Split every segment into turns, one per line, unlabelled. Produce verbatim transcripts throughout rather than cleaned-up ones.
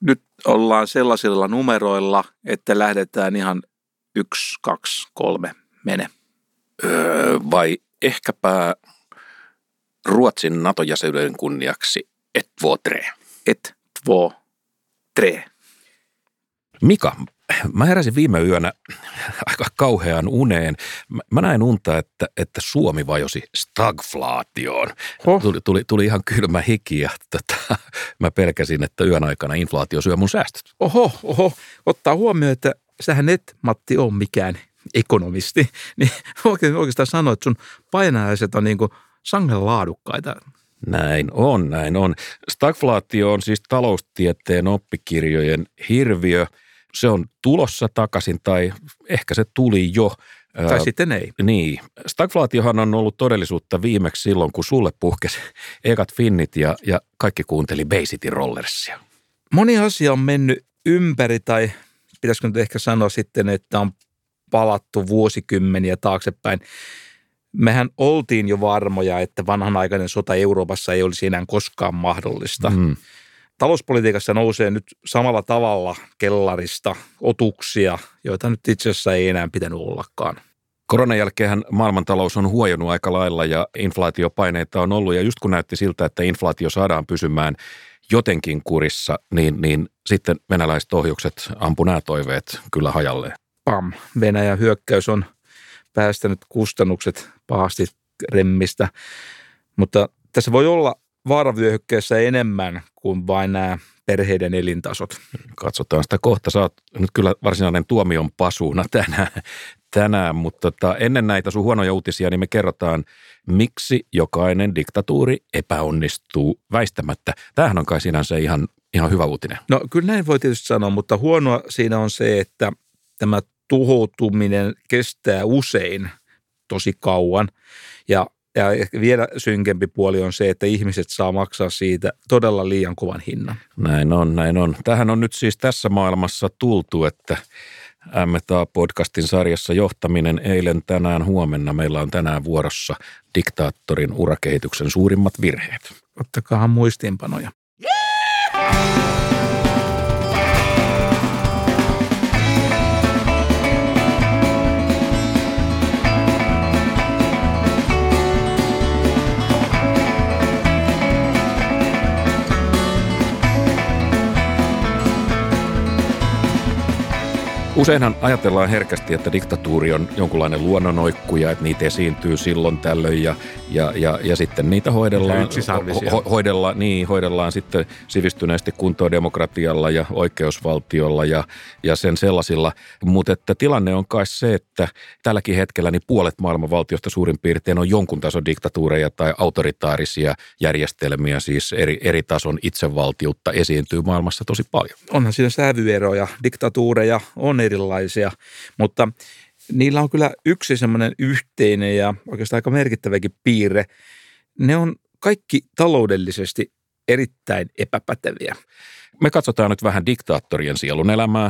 nyt ollaan sellaisilla numeroilla, että lähdetään ihan yksi, kaksi, kolme, mene.
Öö, vai ehkäpä Ruotsin NATO-jäsenyyden kunniaksi et två, tre.
Et två, tre.
Mika, mä heräsin viime yönä aika kauheaan uneen. Mä, mä näin unta, että, että Suomi vajosi stagflaatioon. Tuli, tuli, tuli ihan kylmä hiki ja tota, mä pelkäsin, että yön aikana inflaatio syö mun säästöt.
Oho, oho. Ottaa huomioon, että sähän et, Matti, ole mikään ekonomisti. Niin oikeastaan sanoa, että sun painajaiset on niin kuin sangen laadukkaita.
Näin on, näin on. Stagflaatio on siis taloustieteen oppikirjojen hirviö. Se on tulossa takaisin tai ehkä se tuli jo.
Tai ää, sitten ei.
Niin. Stagflaatiohan on ollut todellisuutta viimeksi silloin, kun sulle puhkesi ekat finnit ja, ja kaikki kuunteli Bay City Rollersia.
Moni asia on mennyt ympäri tai pitäisikö nyt ehkä sanoa sitten, että on palattu vuosikymmeniä taaksepäin. Mehän oltiin jo varmoja, että vanhanaikainen sota Euroopassa ei olisi enää koskaan mahdollista. Mm. Talouspolitiikassa nousee nyt samalla tavalla kellarista otuksia, joita nyt itse asiassa ei enää pitänyt ollakaan.
Koronan jälkeenhän maailmantalous on huojunut aika lailla ja inflaatiopaineita on ollut. Ja just kun näytti siltä, että inflaatio saadaan pysymään jotenkin kurissa, niin, niin sitten venäläiset ohjukset ampu nämä toiveet kyllä hajalleen.
Pam. Venäjän hyökkäys on päästänyt kustannukset pahasti remmistä, mutta tässä voi olla vaaravyöhykkeessä enemmän kuin vain nämä perheiden elintasot.
Katsotaan sitä kohta. Sä oot nyt kyllä varsinainen tuomion pasuna tänään, tänään mutta tota, ennen näitä sun huonoja uutisia, niin me kerrotaan, miksi jokainen diktatuuri epäonnistuu väistämättä. Tämähän on kai sinänsä ihan, ihan hyvä uutinen.
No kyllä näin voi tietysti sanoa, mutta huonoa siinä on se, että tämä tuhoutuminen kestää usein tosi kauan ja Ja vielä synkempi puoli on se, että ihmiset saa maksaa siitä todella liian kovan hinnan.
Näin on, näin on. Tähän on nyt siis tässä maailmassa tultu, että M T A-podcastin sarjassa johtaminen eilen, tänään, huomenna. Meillä on tänään vuorossa diktaattorin urakehityksen suurimmat virheet.
Ottakaahan muistiinpanoja.
Useinhan ajatellaan herkästi, että diktatuuri on jonkunlainen luonnonoikkuja, että niitä esiintyy silloin tällöin ja, ja, ja, ja sitten niitä hoidellaan, ho, hoidellaan, niin, hoidellaan sitten sivistyneesti kuntoon demokratialla ja oikeusvaltiolla ja, ja sen sellaisilla. Mutta että tilanne on kai se, että tälläkin hetkellä niin puolet maailman valtiosta suurin piirtein on jonkun tason diktatuureja tai autoritaarisia järjestelmiä, siis eri, eri tason itsevaltiutta esiintyy maailmassa tosi paljon.
Onhan siinä sävyeroja, diktatuureja on erilaisia, mutta niillä on kyllä yksi semmoinen yhteinen ja oikeastaan aika merkittäväkin piirre. Ne on kaikki taloudellisesti erittäin epäpäteviä.
Me katsotaan nyt vähän diktaattorien sielun elämää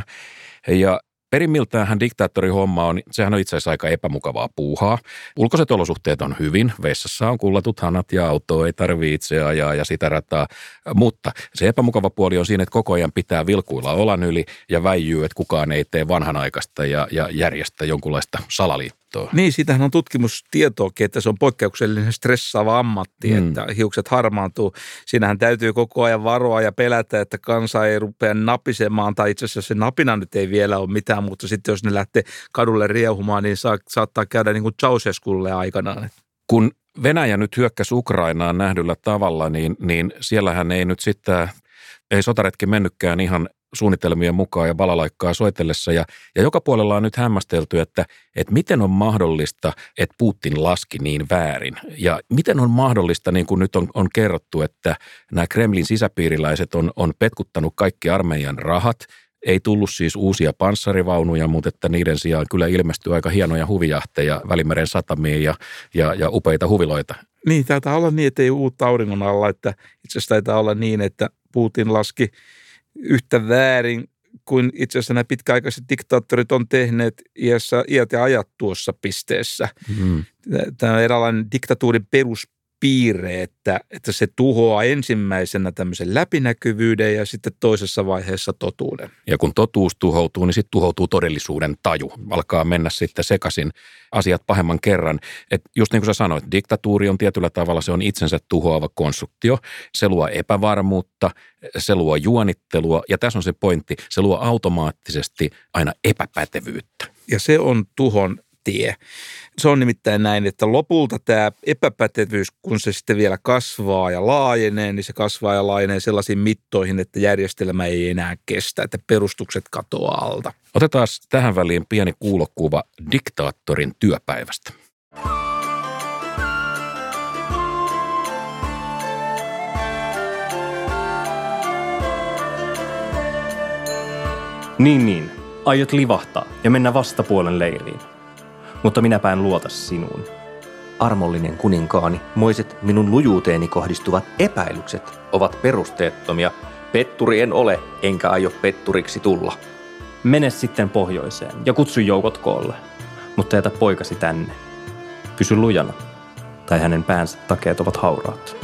ja perimmiltäänhän diktaattorihomma on, sehän on itse asiassa aika epämukavaa puuhaa. Ulkoiset olosuhteet on hyvin, vessassa on kullatut hanat ja auto ei tarvitse itse ajaa ja sitä rataa, mutta se epämukava puoli on siinä, että koko ajan pitää vilkuilla olan yli ja väijyy, että kukaan ei tee vanhanaikaista ja, ja järjestä jonkunlaista salaliittoa.
Niin, siitähän on tutkimustietoakin, että se on poikkeuksellinen stressaava ammatti, mm. että hiukset harmaantuu. Siinähän täytyy koko ajan varoa ja pelätä, että kansa ei rupea napisemaan, tai itse asiassa se napina nyt ei vielä ole mitään, mutta sitten jos ne lähtee kadulle riehumaan, niin saa, saattaa käydä niin kuin Ceausesculle aikanaan.
Kun Venäjä nyt hyökkäsi Ukrainaan nähdyllä tavalla, niin, niin siellähän ei nyt sitten, ei sotaretki mennytkään ihan suunnitelmien mukaan ja balalaikkaa soitellessa. Ja, ja joka puolella on nyt hämmästelty, että, että miten on mahdollista, että Putin laski niin väärin. Ja miten on mahdollista, niin kuin nyt on, on kerrottu, että nämä Kremlin sisäpiiriläiset on, on petkuttanut kaikki armeijan rahat. Ei tullut siis uusia panssarivaunuja, mutta että niiden sijaan kyllä ilmestyy aika hienoja huvijahteja Välimeren satamiin ja, ja, ja upeita huviloita.
Niin, taitaa olla niin, että ei uutta auringon alla, että itse asiassa taitaa olla niin, että Putin laski yhtä väärin kuin itse asiassa nämä pitkäaikaiset diktaattorit on tehneet iässä, iät ja ajat tuossa pisteessä. Mm. Tämä on eräänlainen diktatuurin peruspiirre piirre, että, että se tuhoaa ensimmäisenä tämmöisen läpinäkyvyyden ja sitten toisessa vaiheessa totuuden.
Ja kun totuus tuhoutuu, niin sitten tuhoutuu todellisuuden taju. Alkaa mennä sitten sekaisin asiat pahemman kerran. Et just niin kuin sä sanoit, diktatuuri on tietyllä tavalla, se on itsensä tuhoava konstruktio. Se luo epävarmuutta, se luo juonittelua ja tässä on se pointti, se luo automaattisesti aina epäpätevyyttä.
Ja se on tuhon tie. Se on nimittäin näin, että lopulta tämä epäpätevyys, kun se sitten vielä kasvaa ja laajenee, niin se kasvaa ja laajenee sellaisiin mittoihin, että järjestelmä ei enää kestä, että perustukset katoaa alta.
Otetaan tähän väliin pieni kuulokuva diktaattorin työpäivästä.
Niin niin, aiot livahtaa ja mennä vastapuolen leiriin. Mutta minäpä en luota sinuun.
Armollinen kuninkaani, moiset minun lujuuteeni kohdistuvat epäilykset ovat perusteettomia. Petturi en ole, enkä aio petturiksi tulla.
Mene sitten pohjoiseen ja kutsu joukot koolle, mutta jätä poikasi tänne. Pysy lujana, tai hänen päänsä takeet ovat hauraat.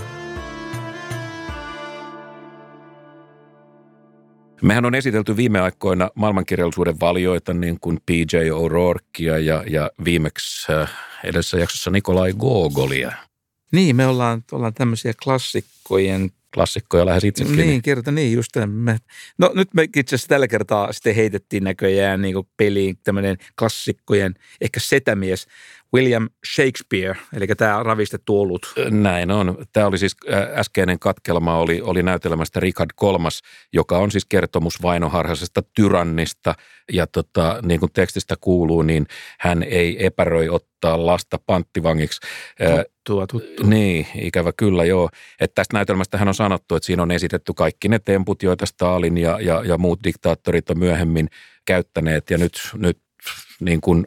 Mehän on esitelty viime aikoina maailmankirjallisuuden valioita niin kuin P J O'Rourkea ja, ja viimeksi edellisessä jaksossa Nikolai Gogolia.
Niin, me ollaan, ollaan tämmöisiä klassikkojen...
Klassikkoja lähes itsekin.
Niin, kerta niin, just me. No nyt me itse asiassa tällä kertaa sitten heitettiin näköjään niin kuin peliin tämmöinen klassikkojen, ehkä setämies, William Shakespeare, eli tämä ravistettu olut.
Näin on. Tämä oli siis äskeinen katkelma, oli, oli näytelmästä Richard kolmas, joka on siis kertomus vainoharhaisesta tyrannista. Ja tota, niin kuin tekstistä kuuluu, niin hän ei epäröi ottaa lasta panttivangiksi.
Tuttua, tuttua.
Niin, ikävä kyllä joo. Että tästä näytelmästä on sanottu, että siinä on esitetty kaikki ne temput, joita Stalin ja, ja, ja muut diktaattorit on myöhemmin käyttäneet. Ja nyt, nyt niin kuin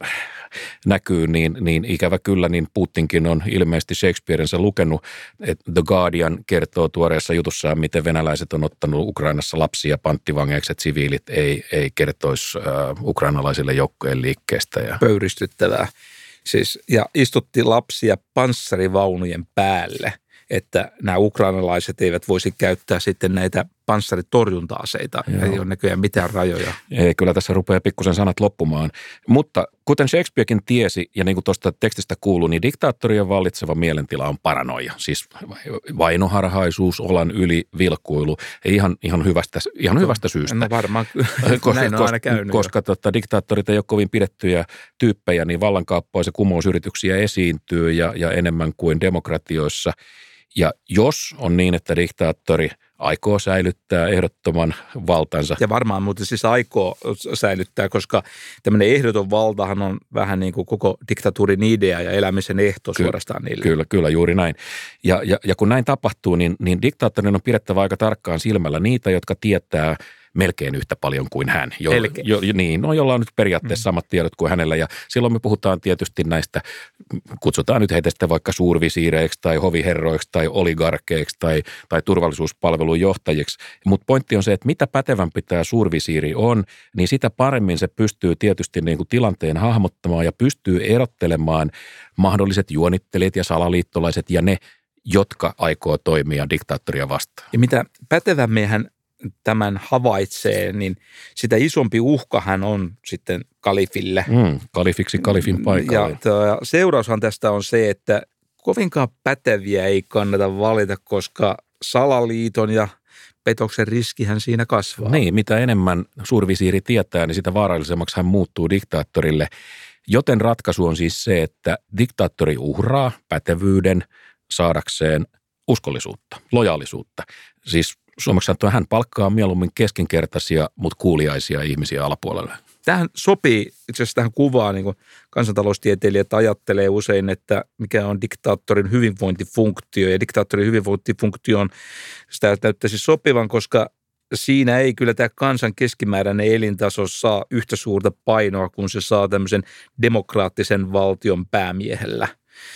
näkyy, niin, niin ikävä kyllä, niin Putinkin on ilmeisesti Shakespearensa lukenut. Että The Guardian kertoo tuoreessa jutussaan, miten venäläiset on ottanut Ukrainassa lapsia panttivangeiksi, että siviilit ei, ei kertoisi äh, ukrainalaisille joukkojen liikkeestä. Ja
pöyristyttävää. Siis, ja istutti lapsia panssarivaunujen päälle, että nämä ukrainalaiset eivät voisi käyttää sitten näitä panssaritorjunta-aseita. Joo. Ei ole näköjään mitään rajoja.
Ei, kyllä tässä rupeaa pikkusen sanat loppumaan. Mutta kuten Shakespearekin tiesi, ja niin kuin tuosta tekstistä kuuluu, niin diktaattorien vallitseva mielentila on paranoia. Siis vainoharhaisuus, olan yli, vilkuilu. Ihan, ihan, hyvästä, ihan hyvästä syystä.
No varmaan,
koska,
näin on aina käynyt.
Koska tota, diktaattorit ei ole kovin pidettyjä tyyppejä, niin vallankaappaus- ja kumousyrityksiä esiintyy ja, ja enemmän kuin demokratioissa. Ja jos on niin, että diktaattori aikoo säilyttää ehdottoman valtansa.
Ja varmaan muuten siis aikoo säilyttää, koska tämmöinen ehdoton valtahan on vähän niin kuin koko diktatuurin idea ja elämisen ehto
Ky-
suorastaan niille.
Kyllä, kyllä, juuri näin. Ja, ja, ja kun näin tapahtuu, niin, niin diktaattorin on pidettävä aika tarkkaan silmällä niitä, jotka tietää melkein yhtä paljon kuin hän. Jo, jo, niin, no jolla on nyt periaatteessa samat tiedot kuin hänellä ja silloin me puhutaan tietysti näistä, kutsutaan nyt heitä sitten vaikka suurvisiireiksi tai hoviherroiksi tai oligarkeiksi tai, tai turvallisuuspalvelun johtajiksi. Mutta pointti on se, että mitä pätevämpi tämä suurvisiiri on, niin sitä paremmin se pystyy tietysti niin kuin tilanteen hahmottamaan ja pystyy erottelemaan mahdolliset juonittelijat ja salaliittolaiset ja ne, jotka aikoo toimia diktaattoria vastaan.
Ja mitä pätevämmin hän tämän havaitsee, niin sitä isompi uhka hän on sitten kalifille.
Mm, kalifiksi kalifin paikalle.
Ja seuraushan tästä on se, että kovinkaan päteviä ei kannata valita, koska salaliiton ja petoksen riskihän siinä kasvaa.
Niin, mitä enemmän suurvisiiri tietää, niin sitä vaarallisemmaksi hän muuttuu diktaattorille. Joten ratkaisu on siis se, että diktaattori uhraa pätevyyden saadakseen uskollisuutta, lojaalisuutta. Siis suomeksi sanottuna hän palkkaa mieluummin keskinkertaisia, mutta kuuliaisia ihmisiä alapuolelle.
Tähän sopii itse asiassa tähän kuvaan, niin kuin kansantaloustieteilijät ajattelee usein, että mikä on diktaattorin hyvinvointifunktio. Ja diktaattorin hyvinvointifunktio on, sitä näyttäisi sopivan, koska siinä ei kyllä tämä kansan keskimääräinen elintaso saa yhtä suurta painoa, kun se saa tämmöisen demokraattisen valtion päämiehellä.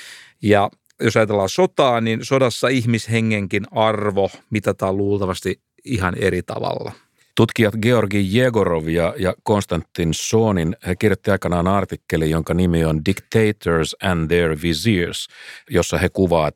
Ja jos ajatellaan sotaa, niin sodassa ihmishengenkin arvo mitataan luultavasti ihan eri tavalla.
Tutkijat Georgi Jegorov ja, ja Konstantin Sonin, he kirjoitti aikanaan artikkeli, jonka nimi on Dictators and Their Viziers, jossa he kuvaa tätä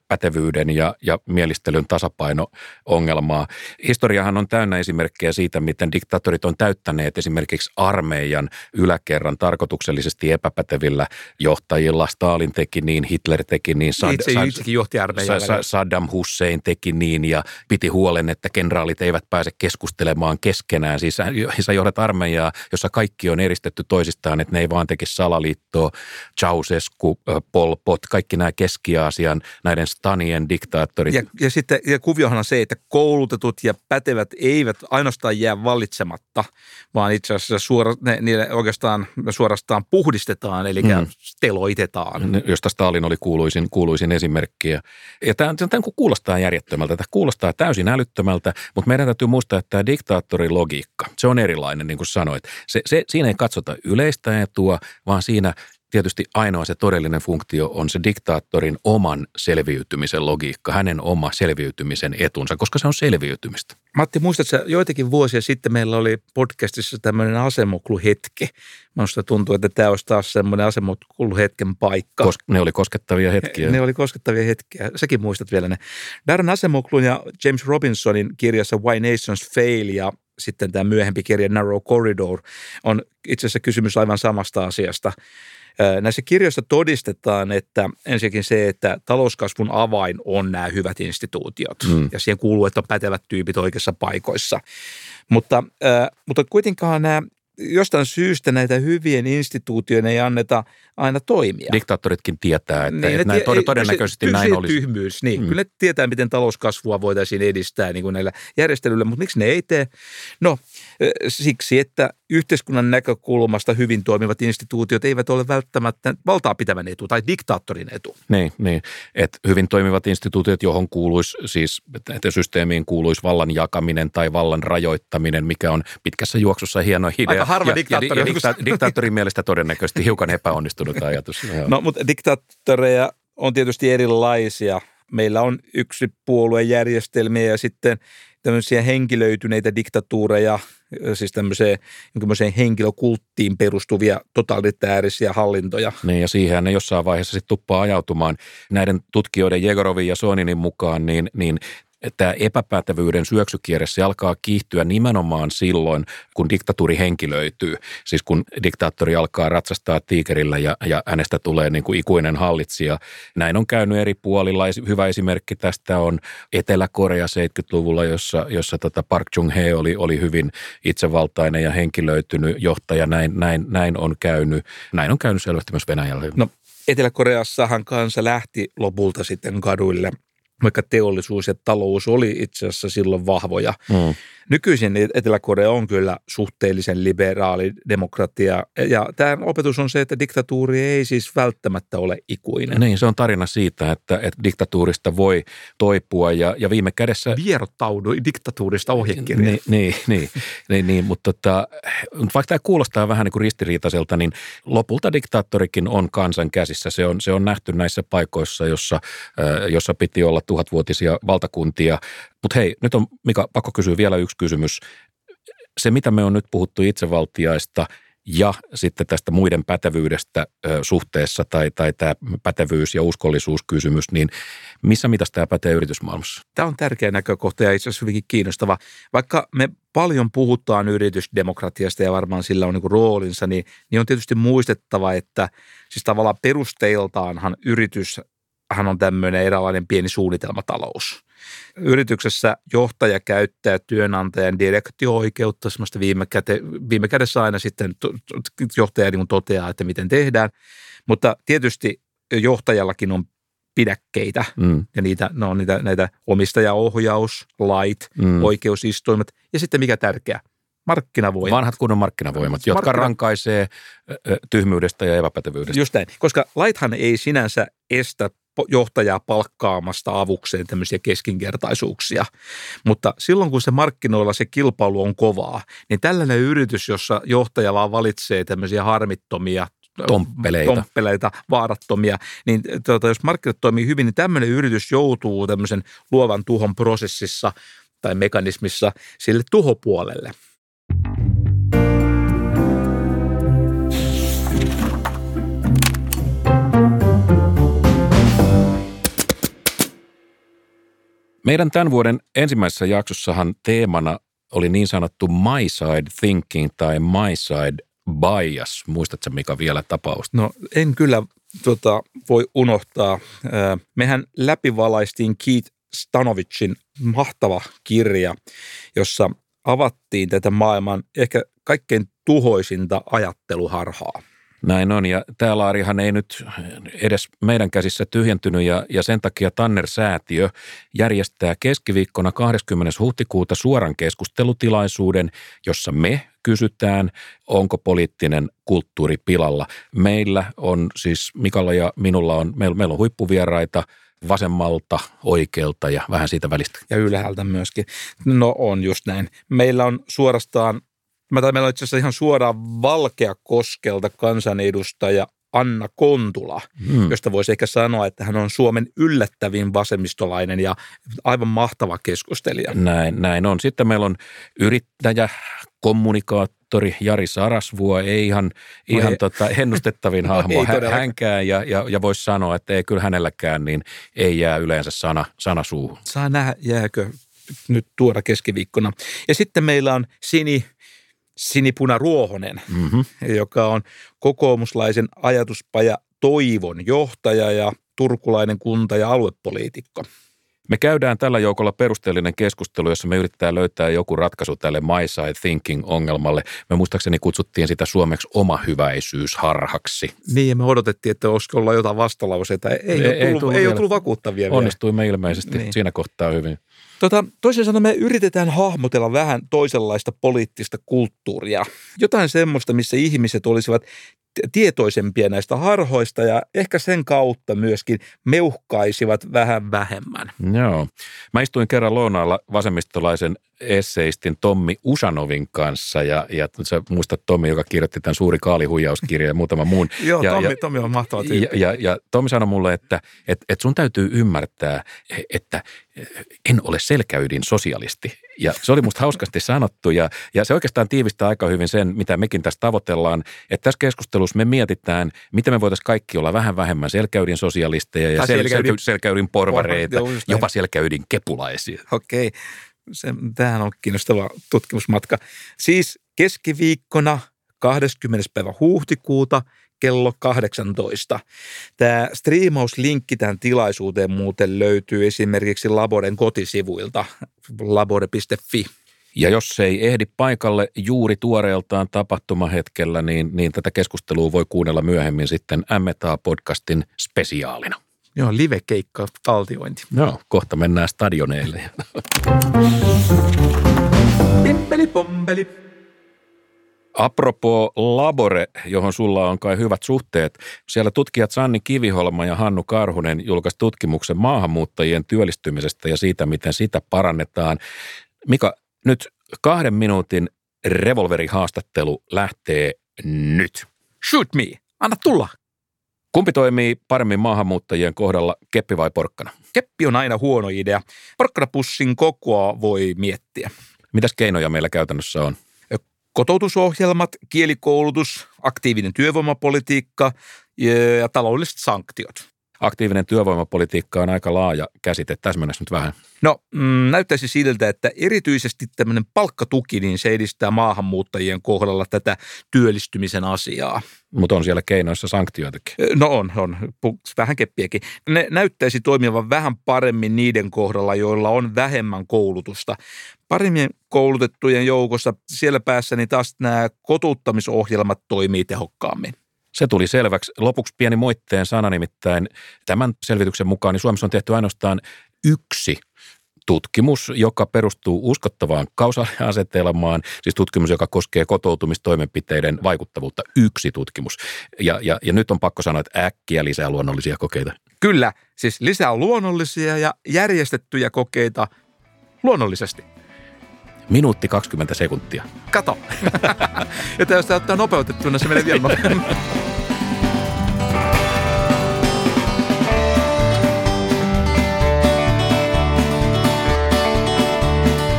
pätevyyden ja, ja mielistelyn tasapaino-ongelmaa. Historiahan on täynnä esimerkkejä siitä, miten diktaattorit on täyttäneet esimerkiksi armeijan yläkerran tarkoituksellisesti epäpätevillä johtajilla. Stalin teki niin, Hitler teki niin, Sad,
Itse,
Sad,
itsekin johti armeijaa.
Sa, Saddam Hussein teki niin ja piti huolen, että kenraalit eivät pääse keskustelemaan keskenään. Siis sä johdat armeijaa, jossa kaikki on eristetty toisistaan, että ne ei vaan tekisi salaliittoa. Ceausescu, Pol Pot, kaikki nämä Keski-Aasian, näiden stanien diktaattorit.
Ja, ja sitten ja kuviohan on se, että koulutetut ja pätevät eivät ainoastaan jää vallitsematta, vaan itse asiassa suora, ne, niille oikeastaan suorastaan puhdistetaan, eli mm. teloitetaan.
Josta Stalin oli kuuluisin, kuuluisin esimerkki. Ja tämä, tämä kuulostaa järjettömältä, tämä kuulostaa täysin älyttömältä, mutta meidän täytyy muistaa, että tämä diktaattorilogiikka, se on erilainen, niin kuin sanoit. Se, se, siinä ei katsota yleistä etua, vaan siinä tietysti ainoa se todellinen funktio on se diktaattorin oman selviytymisen logiikka, hänen oma selviytymisen etunsa, koska se on selviytymistä.
Matti, muistatko, joitakin vuosia sitten meillä oli podcastissa tämmöinen Acemoglu-hetki. Minusta tuntuu, että tämä olisi taas semmoinen Acemoglu-hetken paikka.
Kos- ne oli koskettavia hetkiä.
Ne oli koskettavia hetkiä. Säkin muistat vielä ne. Darren Acemoglun ja James Robinsonin kirjassa Why Nations Fail ja sitten tämä myöhempi kirja Narrow Corridor on itse asiassa kysymys aivan samasta asiasta. Näissä kirjoissa todistetaan, että ensinnäkin se, että talouskasvun avain on nämä hyvät instituutiot mm. ja siihen kuuluu, että on pätevät tyypit oikeissa paikoissa. Mutta, äh, mutta kuitenkaan nämä, jostain syystä näitä hyvien instituutioiden ei anneta aina toimia.
Diktaattoritkin tietää, että,
niin,
että näin, tod- todennäköisesti
se,
näin
se
olisi.
Tyhmyys, niin.
Mm.
Kyllä ne tietää, miten talouskasvua voitaisiin edistää niin kuin näillä järjestelyillä, mutta miksi ne ei tee? No siksi, että yhteiskunnan näkökulmasta hyvin toimivat instituutiot eivät ole välttämättä valtaa pitävän etu tai diktaattorin etu.
Niin, niin. Että hyvin toimivat instituutiot, johon kuuluisi siis, että systeemiin kuuluisi vallan jakaminen tai vallan rajoittaminen, mikä on pitkässä juoksussa hieno idea.
Aika harva
ja,
diktaattori.
Ja, ja dikta- diktaattorin mielestä todennäköisesti hiukan epäonnistunut ajatus.
No, mutta diktaattoreja on tietysti erilaisia. Meillä on yksi puoluejärjestelmiä ja sitten tämmöisiä henkilöityneitä diktatuureja, siis tämmöiseen, tämmöiseen henkilökulttiin perustuvia totalitäärisiä hallintoja.
Niin, ja siihen ne jossain vaiheessa sitten tuppaa ajautumaan. Näiden tutkijoiden Jegorovin ja Soninin mukaan, niin, niin tämä epäpätevyyden syöksykierre, se alkaa kiihtyä nimenomaan silloin, kun diktatuuri henkilöityy. Siis kun diktaattori alkaa ratsastaa tiikerillä ja, ja hänestä tulee niin kuin ikuinen hallitsija. Näin on käynyt eri puolilla. Hyvä esimerkki tästä on Etelä-Korea seitsemänkymmentäluvulla, jossa, jossa tota Park Chung-hee oli, oli hyvin itsevaltainen ja henkilöitynyt johtaja. Näin, näin, näin on käynyt. Näin on käynyt selvästi myös Venäjällä.
No, Etelä-Koreassahan kansa lähti lopulta sitten kaduille, vaikka teollisuus ja talous oli itse asiassa silloin vahvoja. Mm. Nykyisin Etelä-Korea on kyllä suhteellisen liberaali demokratia, ja tämä opetus on se, että diktatuuri ei siis välttämättä ole ikuinen.
Niin, se on tarina siitä, että, että diktatuurista voi toipua, ja, ja viime kädessä
vierottaudu diktatuurista ohjekirja.
Niin, niin, niin, niin, niin mutta tota, vaikka tämä kuulostaa vähän niin kuin ristiriitaiselta, niin lopulta diktaattorikin on kansan käsissä. Se on, se on nähty näissä paikoissa, jossa, jossa piti olla tuhatvuotisia valtakuntia. Mutta hei, nyt on Mika pakko kysyä vielä yksi kysymys. Se, mitä me on nyt puhuttu itsevaltiaista ja sitten tästä muiden pätevyydestä ö, suhteessa tai, tai tämä pätevyys- ja uskollisuuskysymys, niin missä mitassa tämä pätee yritysmaailmassa?
Tämä on tärkeä näkökohta ja itse asiassa hyvinkin kiinnostava. Vaikka me paljon puhutaan yritysdemokratiasta ja varmaan sillä on niin kuin roolinsa, niin, niin on tietysti muistettava, että siis tavallaan perusteiltaanhan yritys hän on tämmöinen eräänlainen pieni suunnitelmatalous. Yrityksessä johtaja käyttää työnantajan direktio-oikeutta, semmoista viime, käte, viime kädessä aina sitten johtaja niin toteaa, että miten tehdään. Mutta tietysti johtajallakin on pidäkkeitä mm. ja niitä, no, niitä, näitä omistajaohjaus, lait, mm. oikeusistuimet ja sitten mikä tärkeä, markkinavoimat.
Vanhat kunnon markkinavoimat, jotka Markkina... rankaisee tyhmyydestä ja epäpätevyydestä.
Just näin, koska laithan ei sinänsä estä johtajaa palkkaamasta avukseen tämmöisiä keskinkertaisuuksia. Mutta silloin, kun se markkinoilla se kilpailu on kovaa, niin tällainen yritys, jossa johtaja vaan valitsee tämmöisiä harmittomia
Tomppeleita.
tomppeleita, vaarattomia, niin tuota, jos markkinat toimii hyvin, niin tämmöinen yritys joutuu tämmöisen luovan tuhon prosessissa tai mekanismissa sille tuhopuolelle.
Meidän tämän vuoden ensimmäisessä jaksossahan teemana oli niin sanottu my side thinking tai my side bias. Muistatko Mika vielä tapausta?
No en kyllä tota, voi unohtaa. Mehän läpivalaistiin Keith Stanovichin mahtava kirja, jossa avattiin tätä maailman ehkä kaikkein tuhoisinta ajatteluharhaa.
Näin on, ja tämä laarihan ei nyt edes meidän käsissä tyhjentynyt, ja, ja sen takia Tanner-säätiö järjestää keskiviikkona kahdeskymmenes huhtikuuta suoran keskustelutilaisuuden, jossa me kysytään, onko poliittinen kulttuuri pilalla. Meillä on siis, Mikalla ja minulla on, meillä, meillä on huippuvieraita vasemmalta, oikealta ja vähän siitä välistä.
Ja ylhäältä myöskin. No on just näin. Meillä on suorastaan, meillä on itse asiassa ihan suoraan Valkeakoskelta kansanedustaja Anna Kontula, hmm. josta voisi ehkä sanoa, että hän on Suomen yllättävin vasemmistolainen ja aivan mahtava keskustelija.
Näin, näin on. Sitten meillä on yrittäjä, kommunikaattori Jari Sarasvuo, ei ihan, no ihan ei. Tota, ennustettavin no hahmo hänkään ja, ja, ja voisi sanoa, että ei kyllä hänelläkään, niin ei jää yleensä sana, sana suuhun.
Saa nähdä, jääkö nyt tuoda keskiviikkona. Ja sitten meillä on Sini Sinipuna Ruohonen, mm-hmm. joka on kokoomuslaisen ajatuspaja Toivon johtaja ja turkulainen kunta- ja aluepoliitikko.
Me käydään tällä joukolla perusteellinen keskustelu, jossa me yritetään löytää joku ratkaisu tälle my side thinking-ongelmalle. Me muistaakseni kutsuttiin sitä suomeksi omahyväisyysharhaksi.
Niin, ja me odotettiin, että olisiko olla jotain vastalauseita. Ei, ei, ei, ole, tullut, ei tullut, ei ole tullut vakuuttavia vielä.
Onnistuimme ilmeisesti niin. Siinä kohtaa hyvin.
Tota, toisin sanoen me yritetään hahmotella vähän toisenlaista poliittista kulttuuria. Jotain semmoista, missä ihmiset olisivat tietoisempia näistä harhoista ja ehkä sen kautta myöskin meuhkaisivat vähän vähemmän.
Joo. Mä istuin kerran lounaalla vasemmistolaisen esseistin Tommi Usanovin kanssa ja, ja sä muistat Tommi, joka kirjoitti tämän Suuri kaalihuijauskirja ja muutaman muun.
Joo,
ja,
Tommi,
ja,
Tommi on mahtava tyyppi.
Ja, ja, ja Tommi sanoi mulle, että et, et sun täytyy ymmärtää, että en ole selkäydin sosialisti. Ja se oli musta hauskasti sanottu ja, ja se oikeastaan tiivistää aika hyvin sen, mitä mekin tässä tavoitellaan. Että tässä keskustelussa me mietitään, miten me voitaisiin kaikki olla vähän vähemmän selkäydin sosialisteja ja sel- selkäydin, selkäydin porvareita, porvareita jopa selkäydin kepulaisia.
Okei, se, tämähän on kiinnostava tutkimusmatka. Siis keskiviikkona kahdeskymmenes päivä huhtikuuta kello kahdeksantoista. Tämä striimauslinkki tämän tilaisuuteen muuten löytyy esimerkiksi Laboren kotisivuilta, labore piste fi.
Ja jos ei ehdi paikalle juuri tuoreeltaan tapahtumahetkellä, niin, niin tätä keskustelua voi kuunnella myöhemmin sitten M T A-podcastin spesiaalina.
Joo, live-keikka, taltiointi.
Joo, kohta mennään stadioneille.
Pimpeli pompeli.
Apropos Labore, johon sulla on kai hyvät suhteet, siellä tutkijat Sanni Kiviholma ja Hannu Karhunen julkaisi tutkimuksen maahanmuuttajien työllistymisestä ja siitä, miten sitä parannetaan. Mika, nyt kahden minuutin revolverihaastattelu lähtee nyt.
Shoot me, anna tulla.
Kumpi toimii paremmin maahanmuuttajien kohdalla, keppi vai porkkana?
Keppi on aina huono idea. Porkkanapussin kokoa voi miettiä.
Mitäs keinoja meillä käytännössä on?
Kotoutusohjelmat, kielikoulutus, aktiivinen työvoimapolitiikka ja taloudelliset sanktiot.
Aktiivinen työvoimapolitiikka on aika laaja käsite. Täsmennäs nyt vähän.
No mm, näyttäisi siltä, että erityisesti tämmöinen palkkatuki, niin se edistää maahanmuuttajien kohdalla tätä työllistymisen asiaa.
Mutta on siellä keinoissa sanktioitakin.
No on, on. Vähän keppiäkin. Ne näyttäisi toimivan vähän paremmin niiden kohdalla, joilla on vähemmän koulutusta. Paremmin koulutettujen joukossa siellä päässä niin taas nämä kotouttamisohjelmat toimii tehokkaammin.
Se tuli selväksi. Lopuksi pieni moitteen sana, nimittäin tämän selvityksen mukaan niin Suomessa on tehty ainoastaan yksi tutkimus, joka perustuu uskottavaan kausaaliasetelmaan, siis tutkimus, joka koskee kotoutumistoimenpiteiden vaikuttavuutta, yksi tutkimus. Ja, ja, ja nyt on pakko sanoa, että äkkiä lisää luonnollisia kokeita.
Kyllä, siis lisää luonnollisia ja järjestettyjä kokeita luonnollisesti.
Minuutti kaksikymmentä sekuntia.
Kato. Joten jos tämä ottaa nopeutettuna, se menee vielä nopeammin.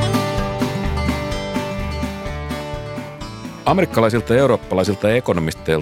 Amerikkalaisilta ja eurooppalaisilta ekonomisteilta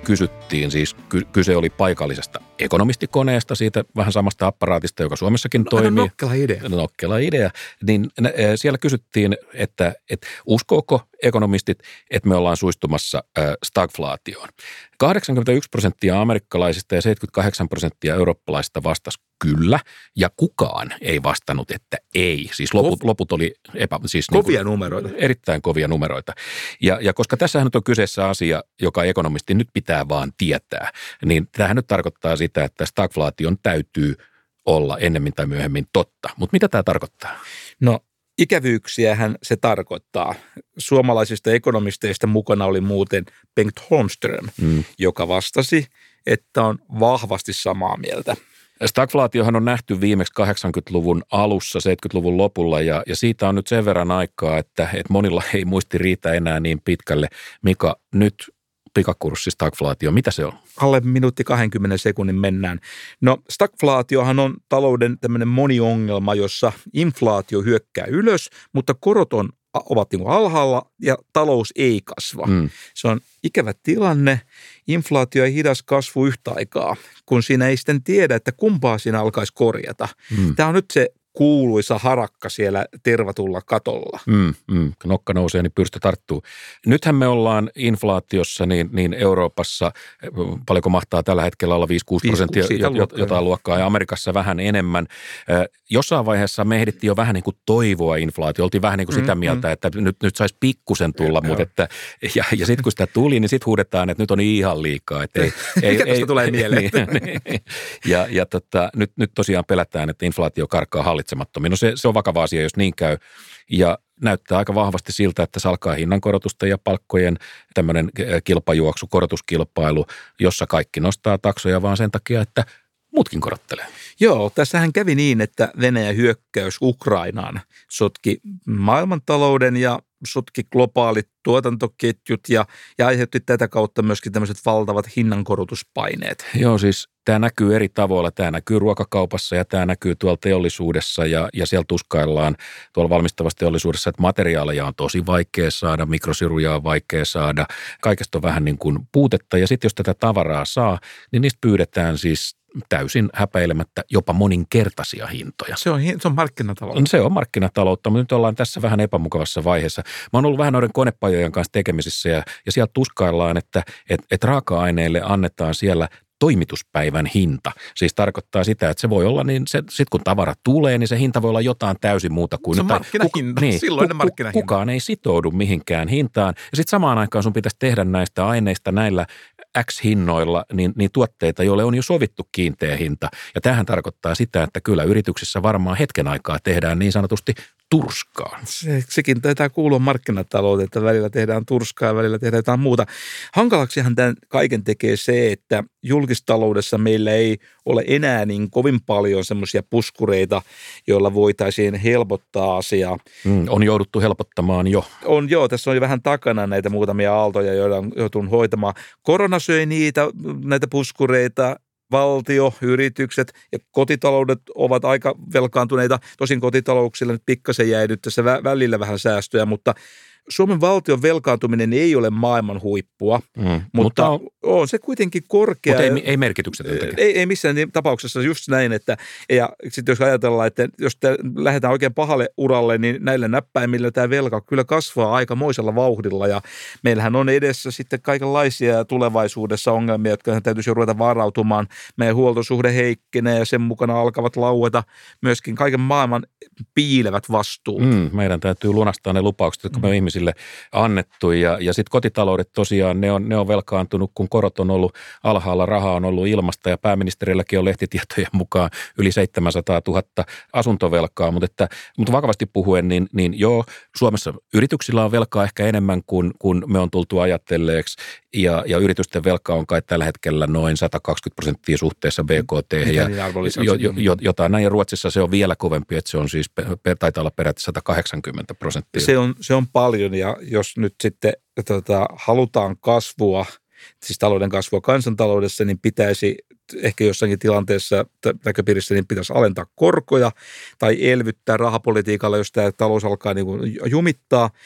kysyttiin, siis ky- kyse oli paikallisesta ekonomistikoneesta, siitä vähän samasta apparaatista, joka Suomessakin
no,
toimii.
Nokkela idea.
Nokkela idea. Niin siellä kysyttiin, että, että uskooko ekonomistit, että me ollaan suistumassa äh, stagflaatioon. kahdeksankymmentäyksi prosenttia amerikkalaisista ja seitsemänkymmentäkahdeksan prosenttia eurooppalaisista vastasi kyllä, ja kukaan ei vastannut, että ei. Siis loput, loput oli epä, siis
kovia
niin kuin,
numeroita.
Erittäin kovia numeroita. Ja, ja koska tässähän nyt on kyseessä asia, joka ekonomisti nyt pitää vaan tietää, niin tämähän nyt tarkoittaa sitä, että stagflaation täytyy olla ennemmin tai myöhemmin totta. Mutta mitä tämä tarkoittaa?
No ikävyyksiähän se tarkoittaa. Suomalaisista ekonomisteista mukana oli muuten Bengt Holmström, mm. joka vastasi, että on vahvasti samaa mieltä.
Stagflaatiohan on nähty viimeksi kahdeksankymmentäluvun alussa, seitsemänkymmentäluvun lopulla ja, ja siitä on nyt sen verran aikaa, että, että monilla ei muisti riitä enää niin pitkälle. Mika, nyt pikakurssi stagflaatio, mitä se on?
Alle minuutti kaksikymmentä sekunnin mennään. No stagflaatiohan on talouden tämmöinen moniongelma, jossa inflaatio hyökkää ylös, mutta korot on, ovat niin kuin alhaalla ja talous ei kasva. Mm. Se on ikävä tilanne. Inflaatio ja hidas kasvu yhtä aikaa, kun siinä ei sitten tiedä, että kumpaa siinä alkaisi korjata. Mm. Tämä on nyt se kuuluisa harakka siellä tervatulla katolla.
Mm, mm. Nokka nousee, niin pyrstö tarttuu. Nythän me ollaan inflaatiossa niin, niin Euroopassa, paljonko mahtaa tällä hetkellä olla viisi kuusi prosenttia jotain luokkaa ja Amerikassa vähän enemmän. Jossain vaiheessa me ehdittiin jo vähän niin kuin toivoa inflaatio. Oltiin vähän niin kuin sitä mm, mieltä, että nyt, nyt saisi pikkusen tulla, ja, mutta että, ja, ja sitten kun sitä tuli, niin sitten huudetaan, että nyt on ihan liikaa. Että ei, ei,
Mikä tästä tulee mieleen?
Niin, niin. Ja, ja tota, nyt, nyt tosiaan pelätään, että inflaatio karkaa hallitsemattomasti. No se, se on vakava asia, jos niin käy. Ja näyttää aika vahvasti siltä, että se alkaa hinnankorotusten ja palkkojen tämmöinen kilpajuoksu, korotuskilpailu, jossa kaikki nostaa taksoja vaan sen takia, että muutkin korottelee.
Joo, tässähän kävi niin, että Venäjän hyökkäys Ukrainaan sotki maailmantalouden ja sotki globaalit tuotantoketjut ja, ja aiheutti tätä kautta myöskin tämmöiset valtavat hinnankorotuspaineet.
Joo, siis tämä näkyy eri tavoilla. Tämä näkyy ruokakaupassa ja tämä näkyy tuolla teollisuudessa ja, ja siellä tuskaillaan tuolla valmistavassa teollisuudessa, että materiaaleja on tosi vaikea saada, mikrosiruja on vaikea saada. Kaikesta on vähän niin kuin puutetta ja sitten jos tätä tavaraa saa, niin niistä pyydetään siis täysin häpäilemättä jopa moninkertaisia hintoja.
Se on, se on markkinataloutta.
Se on markkinataloutta, mutta nyt ollaan tässä vähän epämukavassa vaiheessa. Mä oon ollut vähän noiden konepajojen kanssa tekemisissä ja, ja sieltä tuskaillaan, että et, et raaka-aineille annetaan siellä toimituspäivän hinta. Siis tarkoittaa sitä, että se voi olla niin, sitten kun tavara tulee, niin se hinta voi olla jotain täysin muuta kuin...
Se on markkinahinta, niin, silloinen
ku,
markkinahinta.
Kukaan ei sitoudu mihinkään hintaan. Ja sitten samaan aikaan sun pitäisi tehdä näistä aineista näillä X-hinnoilla niin, niin tuotteita, joille on jo sovittu kiinteä hinta. Ja tämähän tarkoittaa sitä, että kyllä yrityksissä varmaan hetken aikaa tehdään niin sanotusti turskaa.
Se, sekin taitaa kuulua markkinatalouteen, että välillä tehdään turskaa ja välillä tehdään jotain muuta. Hankalaksihan tämän kaiken tekee se, että julkistaloudessa meillä ei ole enää niin kovin paljon semmoisia puskureita, joilla voitaisiin helpottaa asiaa.
Mm, on jouduttu helpottamaan jo.
On joo, tässä on jo vähän takana näitä muutamia aaltoja, joita on joutunut hoitamaan. Korona söi niitä, näitä puskureita. Valtio, yritykset ja kotitaloudet ovat aika velkaantuneita. Tosin kotitalouksilla nyt pikkasen jäi nyt tässä välillä vähän säästöjä, mutta Suomen valtion velkaantuminen ei ole maailman huippua, mm, mutta, mutta on, on se kuitenkin korkea.
Mutta ei, ei merkityksetöntä.
Ei, ei missään tapauksessa just näin, että ja sitten jos ajatellaan, että jos lähdetään oikein pahalle uralle, niin näillä näppäimillä tämä velka kyllä kasvaa aikamoisella vauhdilla ja meillähän on edessä sitten kaikenlaisia tulevaisuudessa ongelmia, jotka täytyisi jo ruveta varautumaan. Meidän huoltosuhde heikkenee ja sen mukana alkavat laueta myöskin kaiken maailman piilevät vastuut.
Mm, meidän täytyy lunastaa ne lupaukset, jotka me mm. ihmisille annettu ja, ja sitten kotitaloudet tosiaan, ne on, ne on velkaantunut, kun korot on ollut alhaalla, rahaa on ollut ilmasta ja pääministerilläkin on lehtitietojen mukaan yli seitsemänsataatuhatta asuntovelkaa, mutta, että, mutta vakavasti puhuen, niin, niin joo, Suomessa yrityksillä on velkaa ehkä enemmän kuin, kuin me on tultu ajatelleeksi ja, ja yritysten velka on kai tällä hetkellä noin sata kaksikymmentä prosenttia suhteessa B K T ja jo, jo, jo, jotain näin ja Ruotsissa se on vielä kovempi, että se on siis, taitaa olla peräti sata kahdeksankymmentä prosenttia.
Se on, se on paljon ja jos nyt sitten tota, halutaan kasvua, siis talouden kasvua kansantaloudessa, niin pitäisi ehkä jossakin tilanteessa näköpiirissä niin pitäisi alentaa korkoja tai elvyttää rahapolitiikalla, jos tämä talous alkaa niin kuin jumittaa.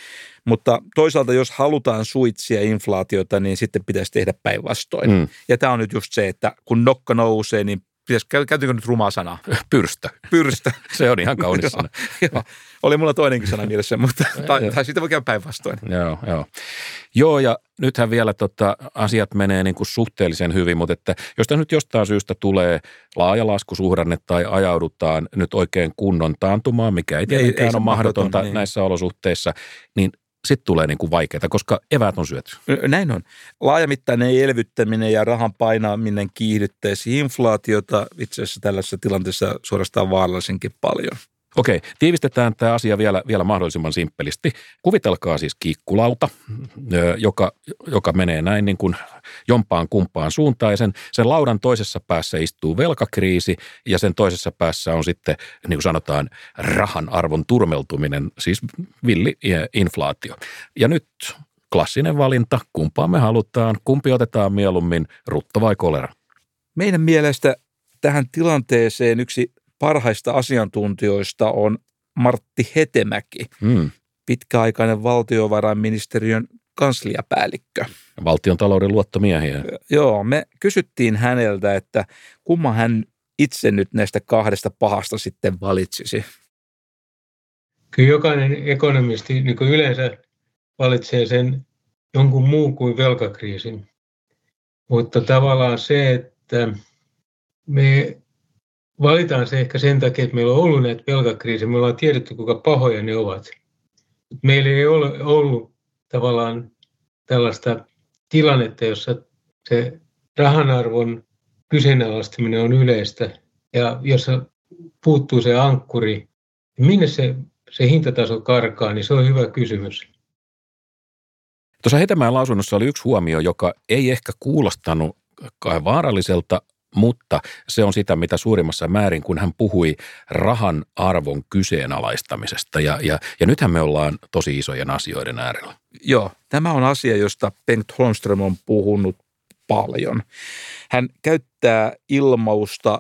Mutta toisaalta, jos halutaan suitsia inflaatiota, niin sitten pitäisi tehdä päinvastoin. Mm. Ja tämä on nyt just se, että kun nokka nousee, niin pitäisi, käytänkö nyt ruma sana?
Pyrstä.
Pyrstä.
Se on ihan kaunis sana.
Joo, oli mulla toinenkin sana mielessä, mutta tai, tai siitä voi käydä päinvastoin.
Joo, joo. Joo, ja nythän vielä tota, asiat menee niin kuin suhteellisen hyvin, mutta että jos tässä nyt jostain syystä tulee laaja laskusuhdanne tai ajaudutaan nyt oikein kunnon taantumaan, mikä ei tietenkään ei, ei ole mahdotonta niin. näissä olosuhteissa, niin sitten tulee niin kuin vaikeaa, koska eväät on syöty.
Näin on. Laajamittainen elvyttäminen ja rahan painaaminen kiihdyttäisi inflaatiota itse asiassa tällaisessa tilanteessa suorastaan vaarallisenkin paljon.
Okei, tiivistetään tämä asia vielä, vielä mahdollisimman simppelisti. Kuvitelkaa siis kiikkulauta, joka, joka menee näin niin kuin jompaan kumpaan suuntaan ja sen, sen laudan toisessa päässä istuu velkakriisi ja sen toisessa päässä on sitten, niin kuin sanotaan, rahan arvon turmeltuminen, siis villi inflaatio. Ja nyt klassinen valinta, kumpaa me halutaan, kumpi otetaan mieluummin, rutto vai kolera?
Meidän mielestä tähän tilanteeseen yksi parhaista asiantuntijoista on Martti Hetemäki, mm. pitkäaikainen valtiovarainministeriön kansliapäällikkö.
Valtion talouden luottomiehiä.
Joo, me kysyttiin häneltä, että kumman hän itse nyt näistä kahdesta pahasta sitten valitsisi.
Kyllä jokainen ekonomisti niin kuin yleensä valitsee sen jonkun muun kuin velkakriisin. Mutta tavallaan se, että me valitaan se ehkä sen takia, että meillä on ollut näitä velkakriisejä, me ollaan tiedetty, kuinka pahoja ne ovat. Meillä ei ole ollut tavallaan tällaista tilannetta, jossa se rahanarvon kyseenalaistaminen on yleistä ja jossa puuttuu se ankkuri. Minne se, se hintataso karkaa, niin se on hyvä kysymys.
Tuossa Hetemäen lausunnossa oli yksi huomio, joka ei ehkä kuulostanut vaaralliselta, mutta se on sitä, mitä suurimmassa määrin, kun hän puhui rahan arvon kyseenalaistamisesta. Ja, ja, ja nythän me ollaan tosi isojen asioiden äärellä.
Joo, tämä on asia, josta Bengt Holmström on puhunut paljon. Hän käyttää ilmausta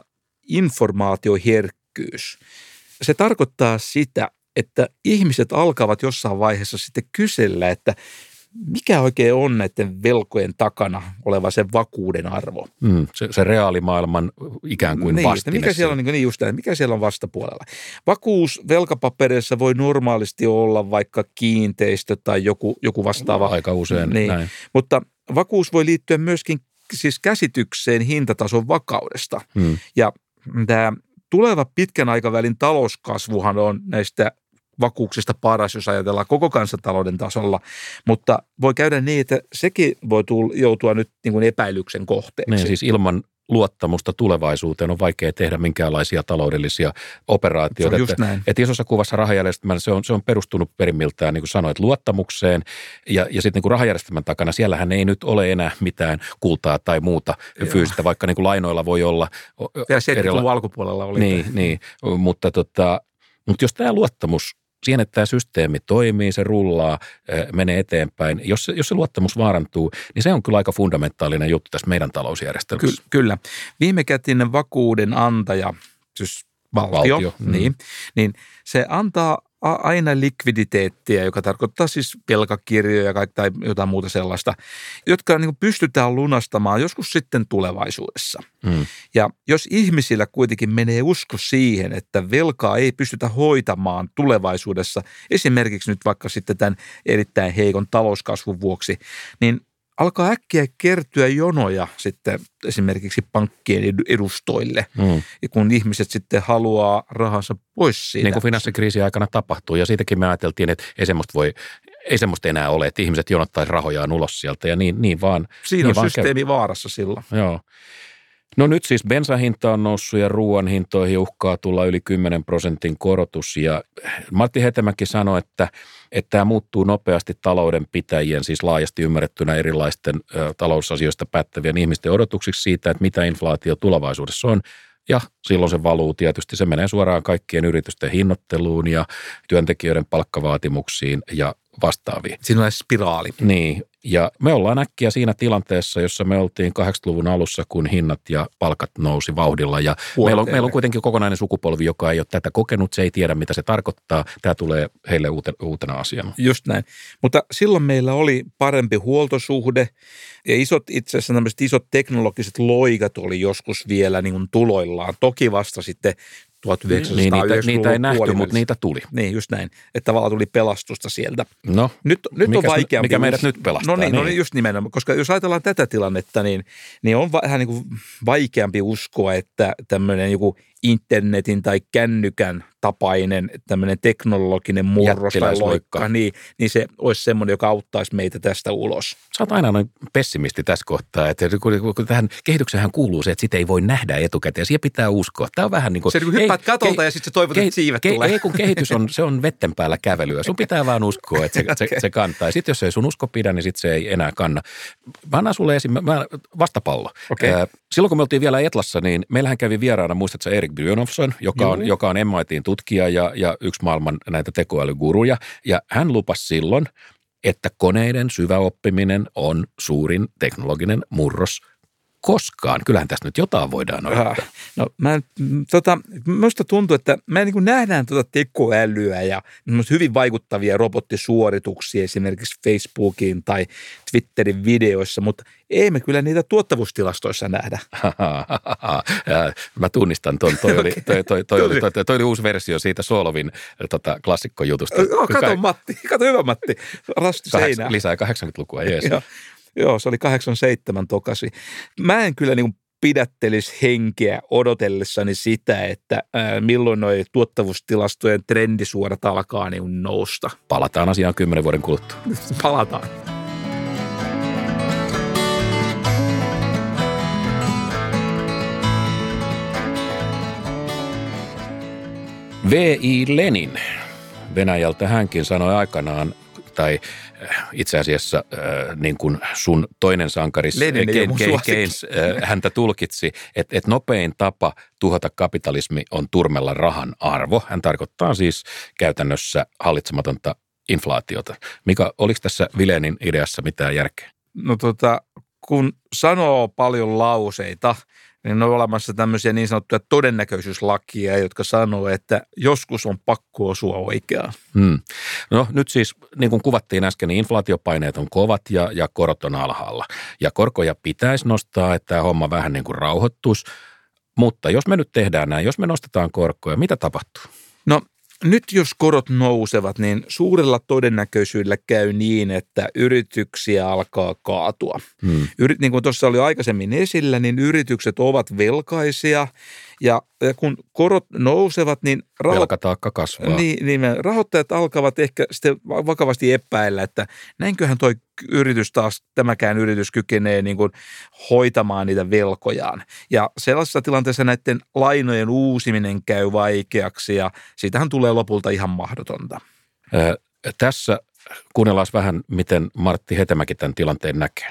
informaatioherkkyys. Se tarkoittaa sitä, että ihmiset alkavat jossain vaiheessa sitten kysellä, että mikä oikein on näiden velkojen takana oleva se vakuuden arvo?
Mm, se, se reaalimaailman ikään kuin
niin,
vastine.
Mikä siellä on, niin just näin, mikä siellä on vastapuolella? Vakuus velkapapereissa voi normaalisti olla vaikka kiinteistö tai joku, joku vastaava.
Aika usein
niin.
näin.
Mutta vakuus voi liittyä myöskin siis käsitykseen hintatason vakaudesta. Mm. Ja tämä tuleva pitkän aikavälin talouskasvuhan on näistä vakuuksista paras, jos ajatellaan koko kansantalouden tasolla, mutta voi käydä niin, että sekin voi tulla, joutua nyt niin kuin epäilyksen kohteeksi.
Niin, siis ilman luottamusta tulevaisuuteen on vaikea tehdä minkäänlaisia taloudellisia operaatioita.
Se on just näin.
Että, että isossa kuvassa rahajärjestelmän se on, se on perustunut perimmiltään, niin kuin sanoit, luottamukseen ja, ja sitten niin kuin rahajärjestelmän takana siellähän ei nyt ole enää mitään kultaa tai muuta Joo. fyysistä, vaikka niin kuin lainoilla voi olla.
Vielä seitsemänkymmentäluvun alkupuolella oli.
Niin, niin mutta, tota, mutta jos tämä luottamus siihen, että tämä systeemi toimii, se rullaa, menee eteenpäin. Jos se, jos se luottamus vaarantuu, niin se on kyllä aika fundamentaalinen juttu tässä meidän talousjärjestelmässä.
Ky- kyllä. Viimekätinen vakuuden antaja, siis valtio, valtio. Niin, mm. niin se antaa aina likviditeettiä, joka tarkoittaa siis velkakirjoja tai jotain muuta sellaista, jotka niin kuin pystytään lunastamaan joskus sitten tulevaisuudessa. Hmm. Ja jos ihmisillä kuitenkin menee usko siihen, että velkaa ei pystytä hoitamaan tulevaisuudessa, esimerkiksi nyt vaikka sitten tämän erittäin heikon talouskasvun vuoksi, niin alkaa äkkiä kertyä jonoja sitten esimerkiksi pankkien edustoille, mm. kun ihmiset sitten haluaa rahansa pois siitä.
Niin kuin finanssikriisin aikana tapahtuu, ja siitäkin me ajateltiin, että ei semmoista, voi, ei semmoista enää ole, että ihmiset jonottaisi rahojaan ulos sieltä, ja niin, niin vaan.
Siinä
niin
on
vaan
systeemi
käy.
vaarassa silloin.
Joo. No nyt siis bensahinta on noussut ja ruoan hintoihin uhkaa tulla yli kymmenen prosentin korotus ja Martti Hetemäki sanoi, että, että tämä muuttuu nopeasti taloudenpitäjien, siis laajasti ymmärrettynä erilaisten ö, talousasioista päättävien ihmisten odotuksiksi siitä, että mitä inflaatio tulevaisuudessa on. Ja silloin se valuu tietysti, se menee suoraan kaikkien yritysten hinnoitteluun ja työntekijöiden palkkavaatimuksiin ja vastaavia.
Siinä on spiraali.
Niin, ja me ollaan äkkiä siinä tilanteessa, jossa me oltiin kahdeksankymmentäluvun alussa, kun hinnat ja palkat nousi vauhdilla. Ja meillä on, meillä on kuitenkin kokonainen sukupolvi, joka ei ole tätä kokenut, se ei tiedä, mitä se tarkoittaa. Tämä tulee heille uutena, uutena asiana.
Just näin. Mutta silloin meillä oli parempi huoltosuhde ja isot, itse asiassa tämmöiset isot teknologiset loikat oli joskus vielä niin kuin tuloillaan. Toki vasta sitten tuhatyhdeksänsataayhdeksänkymmentäluvun
niin, niitä, niitä ei nähty,
puolivälissä.
mutta niitä tuli.
Niin, just näin. Että tavallaan tuli pelastusta sieltä.
No,
nyt, nyt on vaikeampi.
Mikä meidät nyt pelastaa.
No niin, niin. No niin, just nimenomaan. Koska jos ajatellaan tätä tilannetta, niin, niin on vähän niin kuin vaikeampi uskoa, että tämmöinen joku internetin tai kännykän tapainen tämmöinen teknologinen murros tai loikka, niin, niin se olisi semmoinen, joka auttaisi meitä tästä ulos.
Sä oot aina noin pessimisti tässä kohtaa, että kun, kun tähän kehitykseenhän kuuluu se, että sitä ei voi nähdä etukäteen ja siihen pitää uskoa. Tämä on vähän niin kuin...
Se hyppäät katolta ja sitten se toivot, että siivet
ke,
tulee.
Ei, kun kehitys on, se on vetten päällä kävelyä. Sun pitää vaan uskoa, että se, okay. se, se kantaa. Sitten jos ei sun usko pidä, niin sitten se ei enää kanna. Mä annan sulle esim. vastapallo. Okay. Silloin kun me oltiin vielä Etlassa, niin meillähän kävi vieraana, muistatko Erik Brynolfsson, joka on, joka on M I T:n tutkija ja, ja yksi maailman näitä tekoälyguruja. Ja hän lupasi silloin, että koneiden syväoppiminen on suurin teknologinen murros koskaan. Kyllähän tästä nyt jotain voidaan odottaa.
No mä, tota, minusta tuntuu, että me niin kuin nähdään tuota tekoälyä ja hyvin vaikuttavia robottisuorituksia esimerkiksi Facebookin tai Twitterin videoissa, mutta ei me kyllä niitä tuottavuustilastoissa nähdä.
Mä tunnistan tuon. Toi, okay. toi, toi, toi, oli, toi, toi oli uusi versio siitä Solovin tota, klassikkojutusta.
No, kato Matti, kato hyvä Matti, rasti seinään.
Lisää kahdeksankymmentälukua, jees.
Joo. Joo, se oli kahdeksankymmentäseitsemän tokasi. Mä en kyllä niin pidättelisi henkeä odotellessani sitä, että ää, milloin nuo tuottavuustilastojen trendisuorat alkaa niin nousta.
Palataan asiaan kymmenen vuoden kuluttua.
Palataan.
V I Lenin, Venäjältä hänkin sanoi aikanaan, tai itse asiassa äh, niin kuin sun toinen sankaris Keynes äh, häntä tulkitsi, että et nopein tapa tuhota kapitalismi on turmella rahan arvo. Hän tarkoittaa siis käytännössä hallitsematonta inflaatiota. Mika, oliko tässä Vilenin ideassa mitään järkeä?
No tota, kun sanoo paljon lauseita, niin on olemassa tämmöisiä niin sanottuja todennäköisyyslakia, jotka sanoo, että joskus on pakko osua oikeaan.
Hmm. No nyt siis, niin kuin kuvattiin äsken, niin inflaatiopaineet on kovat ja, ja korot on alhaalla. Ja korkoja pitäisi nostaa, että tämä homma vähän niin kuin rauhoittuisi. Mutta jos me nyt tehdään näin, jos me nostetaan korkoja, mitä tapahtuu?
No nyt jos korot nousevat, niin suurella todennäköisyydellä käy niin, että yrityksiä alkaa kaatua. Hmm. Yrit, niin kuin tuossa oli aikaisemmin esillä, niin yritykset ovat velkaisia ja, ja kun korot nousevat, niin raho-
velkataakka kasvaa.
Niin, niin rahoittajat alkavat ehkä sitten vakavasti epäillä, että näinköhän toi yritys taas, tämäkään yritys kykenee niin kuin hoitamaan niitä velkojaan. Ja sellaisessa tilanteessa näiden lainojen uusiminen käy vaikeaksi ja siitähän tulee lopulta ihan mahdotonta.
Ö, tässä kuunnellaan vähän, miten Martti Hetemäki tämän tilanteen näkee.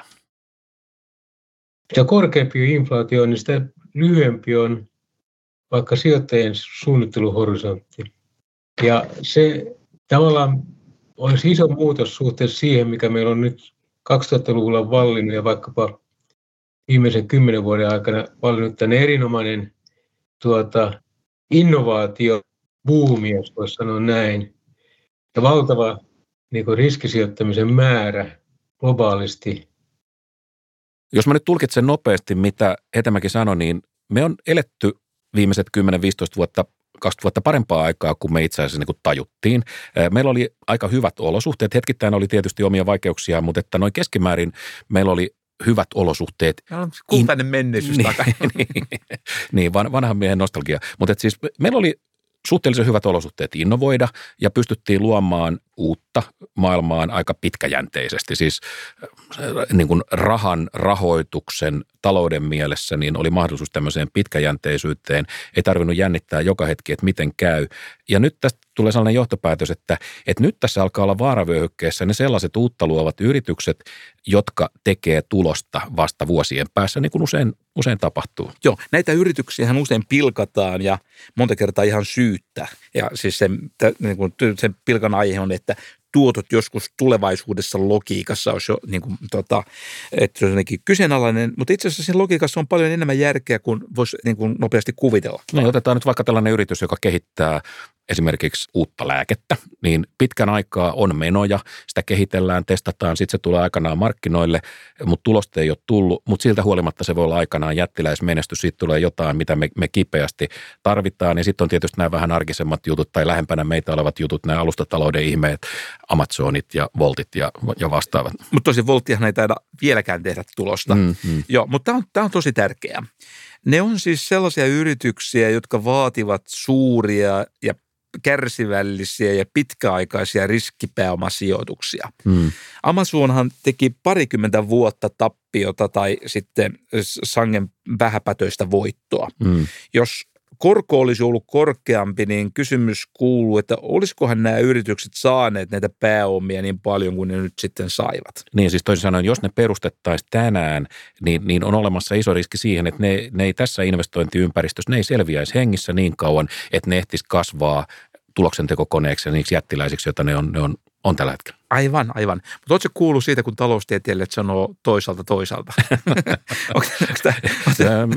Mitä korkeampi inflaatio on, niin sitä lyhyempi on vaikka sijoittajien suunnitteluhorisontti. Ja se tavallaan olisi iso muutos suhteessa siihen, mikä meillä on nyt kaksituhattaluvulla vallinnut ja vaikkapa viimeisen kymmenen vuoden aikana vallinnut tänne erinomainen tuota, innovaatiobuumi, jos voisi sanoa näin, ja valtava niin kuin riskisijoittamisen määrä globaalisti.
Jos mä nyt tulkitsen nopeasti, mitä Hetemäki sanoi, niin me on eletty viimeiset kymmenen viisitoista vuotta, kaksikymmentä vuotta parempaa aikaa, kun me itse asiassa niin kuin tajuttiin. Meillä oli aika hyvät olosuhteet. Hetkittäin oli tietysti omia vaikeuksia, mutta että noin keskimäärin meillä oli hyvät olosuhteet.
Kultainen menneisyys takana.
niin, niin, vanhan miehen nostalgia. Mutta siis meillä oli suhteellisen hyvät olosuhteet innovoida ja pystyttiin luomaan uutta maailmaan aika pitkäjänteisesti. Siis niin kuin rahan, rahoituksen, talouden mielessä niin oli mahdollisuus tämmöiseen pitkäjänteisyyteen. Ei tarvinnut jännittää joka hetki, että miten käy. Ja nyt tästä tulee sellainen johtopäätös, että, että nyt tässä alkaa olla vaaravyöhykkeessä ne sellaiset uutta luovat yritykset, jotka tekee tulosta vasta vuosien päässä, niin kuin usein, usein tapahtuu.
Joo, näitä yrityksiähän usein pilkataan ja monta kertaa ihan syyttä. Ja siis sen, niin kuin, sen pilkan aihe on, että tuotot joskus tulevaisuudessa logiikassa olisi jo niin kuin, tota, että se on jotenkin kyseenalainen, mutta itse asiassa siinä logiikassa on paljon enemmän järkeä kuin voisi niin kuin nopeasti kuvitella.
No, otetaan nyt vaikka tällainen yritys, joka kehittää esimerkiksi uutta lääkettä, niin pitkän aikaa on menoja, sitä kehitellään, testataan, sitten se tulee aikanaan markkinoille, mutta tulosta ei ole tullut, mutta siltä huolimatta se voi olla aikanaan jättiläismenestys, siitä tulee jotain, mitä me, me kipeästi tarvitaan, ja sitten on tietysti nämä vähän arkisemmat jutut tai lähempänä meitä olevat jutut, nämä alustatalouden ihmeet, Amazonit ja Voltit ja, ja vastaavat.
Mutta tosi Volttihan ei taida vieläkään tehdä tulosta. Mm, mm. Joo, mutta tämä on, tämä on tosi tärkeää. Ne on siis sellaisia yrityksiä, jotka vaativat suuria ja kärsivällisiä ja pitkäaikaisia riskipääomasijoituksia. Hmm. Amazonhan teki parikymmentä vuotta tappiota tai sitten sangen vähäpätöistä voittoa. Hmm. Jos korko olisi ollut korkeampi, niin kysymys kuuluu, että olisikohan nämä yritykset saaneet näitä pääomia niin paljon kuin ne nyt sitten saivat.
Niin, siis toisin sanoen, jos ne perustettaisiin tänään, niin, niin on olemassa iso riski siihen, että ne, ne ei tässä investointiympäristössä, ne ei selviäisi hengissä niin kauan, että ne ehtisi kasvaa tuloksentekokoneeksi ja niiksi jättiläisiksi, joita ne on, ne on, on tällä hetkellä.
Aivan, aivan. Mutta oletko kuullut siitä, kun taloustieteilijät sanoo toisaalta toisaalta? onko, onko tämä,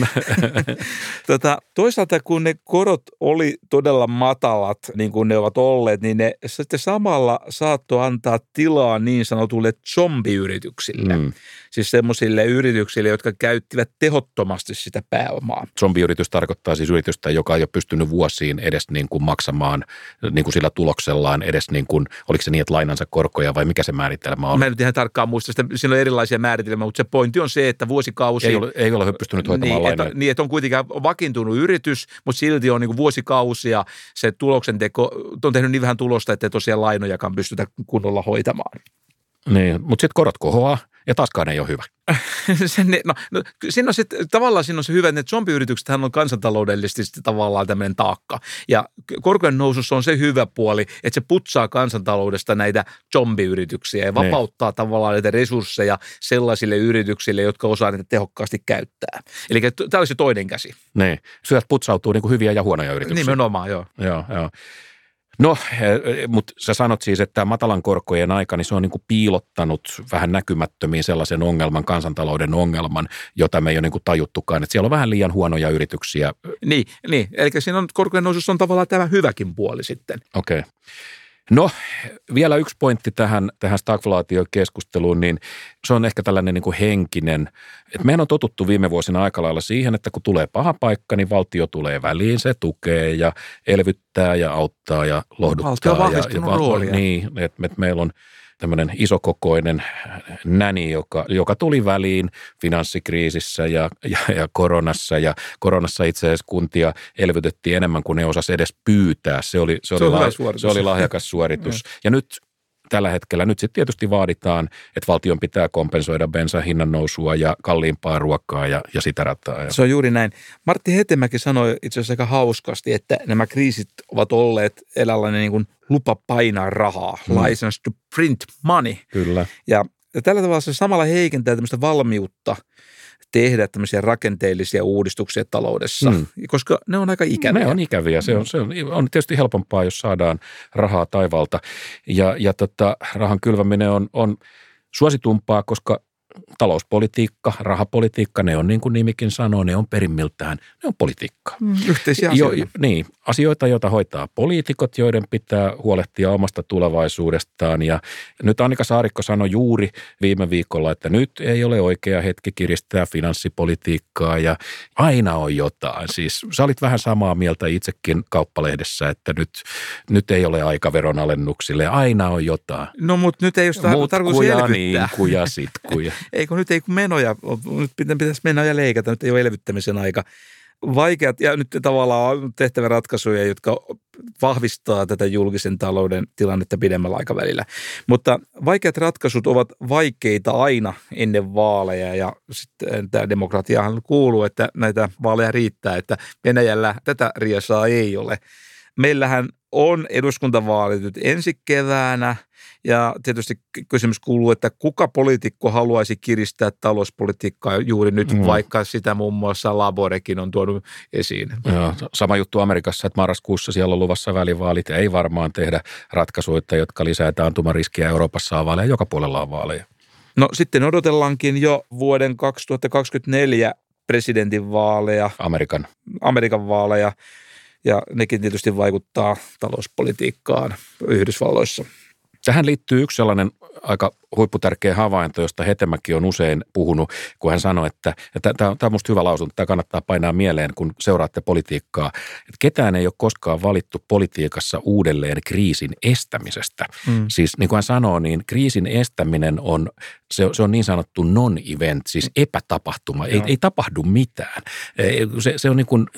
tota, toisaalta kun ne korot oli todella matalat, niin kuin ne ovat olleet, niin ne sitten samalla saattoi antaa tilaa niin sanotuille zombiyrityksille. Mm. Siis semmoisille yrityksille, jotka käyttivät tehottomasti sitä pääomaa.
Zombiyritys tarkoittaa siis yritystä, joka ei ole pystynyt vuosiin edes niin kuin maksamaan niin kuin sillä tuloksellaan edes niin kuin, oliko se niin, että lainansa korkoja vai mikä se määritelmä on?
Mä en nyt ihan tarkkaan muista sitä, siinä on erilaisia määritelmiä, mutta se pointti on se, että vuosikausi...
Ei ole, ei ole pystynyt hoitamaan
niin,
lainaa.
Että, niin, että on kuitenkin vakiintunut yritys, mutta silti on niin kuin vuosikausia se tuloksenteko, on tehnyt niin vähän tulosta, että ei tosiaan lainojakaan pystytä kunnolla hoitamaan.
Niin, mutta sitten korot kohoaa ja taaskaan ei ole hyvä.
se, no, no, siinä on sit, tavallaan siinä on se hyvä, että ne zombiyrityksethän on kansantaloudellisesti tavallaan tämmöinen taakka. Ja korkojen nousussa on se hyvä puoli, että se putsaa kansantaloudesta näitä zombiyrityksiä ja vapauttaa ne. Tavallaan näitä resursseja sellaisille yrityksille, jotka osaa niitä tehokkaasti käyttää. Eli tämä olisi toinen käsi.
Niin, syöt putsautuu niin kuin hyviä ja huonoja yrityksiä.
Nimenomaan, joo.
Joo, joo. No, mutta sä sanot siis, että matalan korkojen aika, niin se on niin kuin piilottanut vähän näkymättömiin sellaisen ongelman, kansantalouden ongelman, jota me ei ole niin kuin tajuttukaan, että siellä on vähän liian huonoja yrityksiä.
Niin, niin. Eli siinä on korkojen nousussa on tavallaan tämä hyväkin puoli sitten.
Okei. Okay. No, vielä yksi pointti tähän, tähän stagflaatiokeskusteluun, niin se on ehkä tällainen niin kuin henkinen, että mehän on totuttu viime vuosina aika lailla siihen, että kun tulee paha paikka, niin valtio tulee väliin, se tukee ja elvyttää ja auttaa ja lohduttaa.
Valtio on vahvistunut roolia.
Niin, että, että meillä on tämmöinen isokokoinen näni, joka, joka tuli väliin finanssikriisissä ja, ja, ja koronassa. Ja koronassa itse asiassa kuntia elvytettiin enemmän kuin ne osasi edes pyytää. Se oli, se
se
oli, la,
suoritus.
se oli lahjakas suoritus. Ja nyt tällä hetkellä nyt sitten tietysti vaaditaan, että valtion pitää kompensoida bensan hinnan nousua ja kalliimpaa ruokaa ja, ja sitä rataa.
Se on juuri näin. Martti Hetemäki sanoi itse asiassa aika hauskasti, että nämä kriisit ovat olleet eräänlainen niin kuin lupa painaa rahaa, hmm. license to print money.
Kyllä.
Ja tällä tavalla se samalla heikentää tämmöistä valmiutta tehdä tämmöisiä rakenteellisia uudistuksia taloudessa, hmm. koska ne on aika ikäviä.
Ne on ikäviä. Se on, se on, on tietysti helpompaa, jos saadaan rahaa taivalta. Ja, ja tota, rahan kylväminen on, on suositumpaa, koska talouspolitiikka, rahapolitiikka, ne on niin kuin nimikin sanoo, ne on perimmiltään, ne on politiikkaa.
Mm, yhteisiä asioita.
Jo, niin, asioita, joita hoitaa poliitikot, joiden pitää huolehtia omasta tulevaisuudestaan. Ja nyt Annika Saarikko sanoi juuri viime viikolla, että nyt ei ole oikea hetki kiristää finanssipolitiikkaa ja aina on jotain. Siis sä olit vähän samaa mieltä itsekin Kauppalehdessä, että nyt, nyt ei ole aika veronalennuksille, aina on jotain.
No mutta nyt ei just tar- tarkoitus elvyttää.
Niinkuja, sitkuja.
Eikö nyt ei kun menoja, nyt pitäisi menoja leikata, nyt ei ole elvyttämisen aika. Vaikeat ja nyt tavallaan on tehtävä ratkaisuja, jotka vahvistaa tätä julkisen talouden tilannetta pidemmällä aikavälillä. Mutta vaikeat ratkaisut ovat vaikeita aina ennen vaaleja ja sitten tämä demokratiahan kuuluu, että näitä vaaleja riittää, että Venäjällä tätä riesaa ei ole. Meillähän on eduskuntavaalit nyt ensi keväänä ja tietysti kysymys kuuluu, että kuka poliitikko haluaisi kiristää talouspolitiikkaa juuri nyt, mm. vaikka sitä muun muassa Laborekin on tuonut esiin.
Joo, sama juttu Amerikassa, että marraskuussa siellä on luvassa välivaalit, ei varmaan tehdä ratkaisuja, jotka lisää taantumariskiä. Euroopassa on vaaleja, joka puolella on vaaleja.
No sitten odotellaankin jo vuoden kaksituhattakaksikymmentäneljä presidentinvaaleja.
Amerikan.
Amerikan vaaleja ja nekin tietysti vaikuttaa talouspolitiikkaan Yhdysvalloissa.
Tähän liittyy yksi sellainen aika huipputärkeä havainto, josta Hetemäki on usein puhunut, kun hän sanoi, että tämä on musta hyvä lausunto, tämä kannattaa painaa mieleen, kun seuraatte politiikkaa, että ketään ei ole koskaan valittu politiikassa uudelleen kriisin estämisestä. Mm. Siis niin kuin hän sanoo, niin kriisin estäminen on, se, se on niin sanottu non-event, siis epätapahtuma, ei, ei tapahdu mitään. Se, se on niin kuin...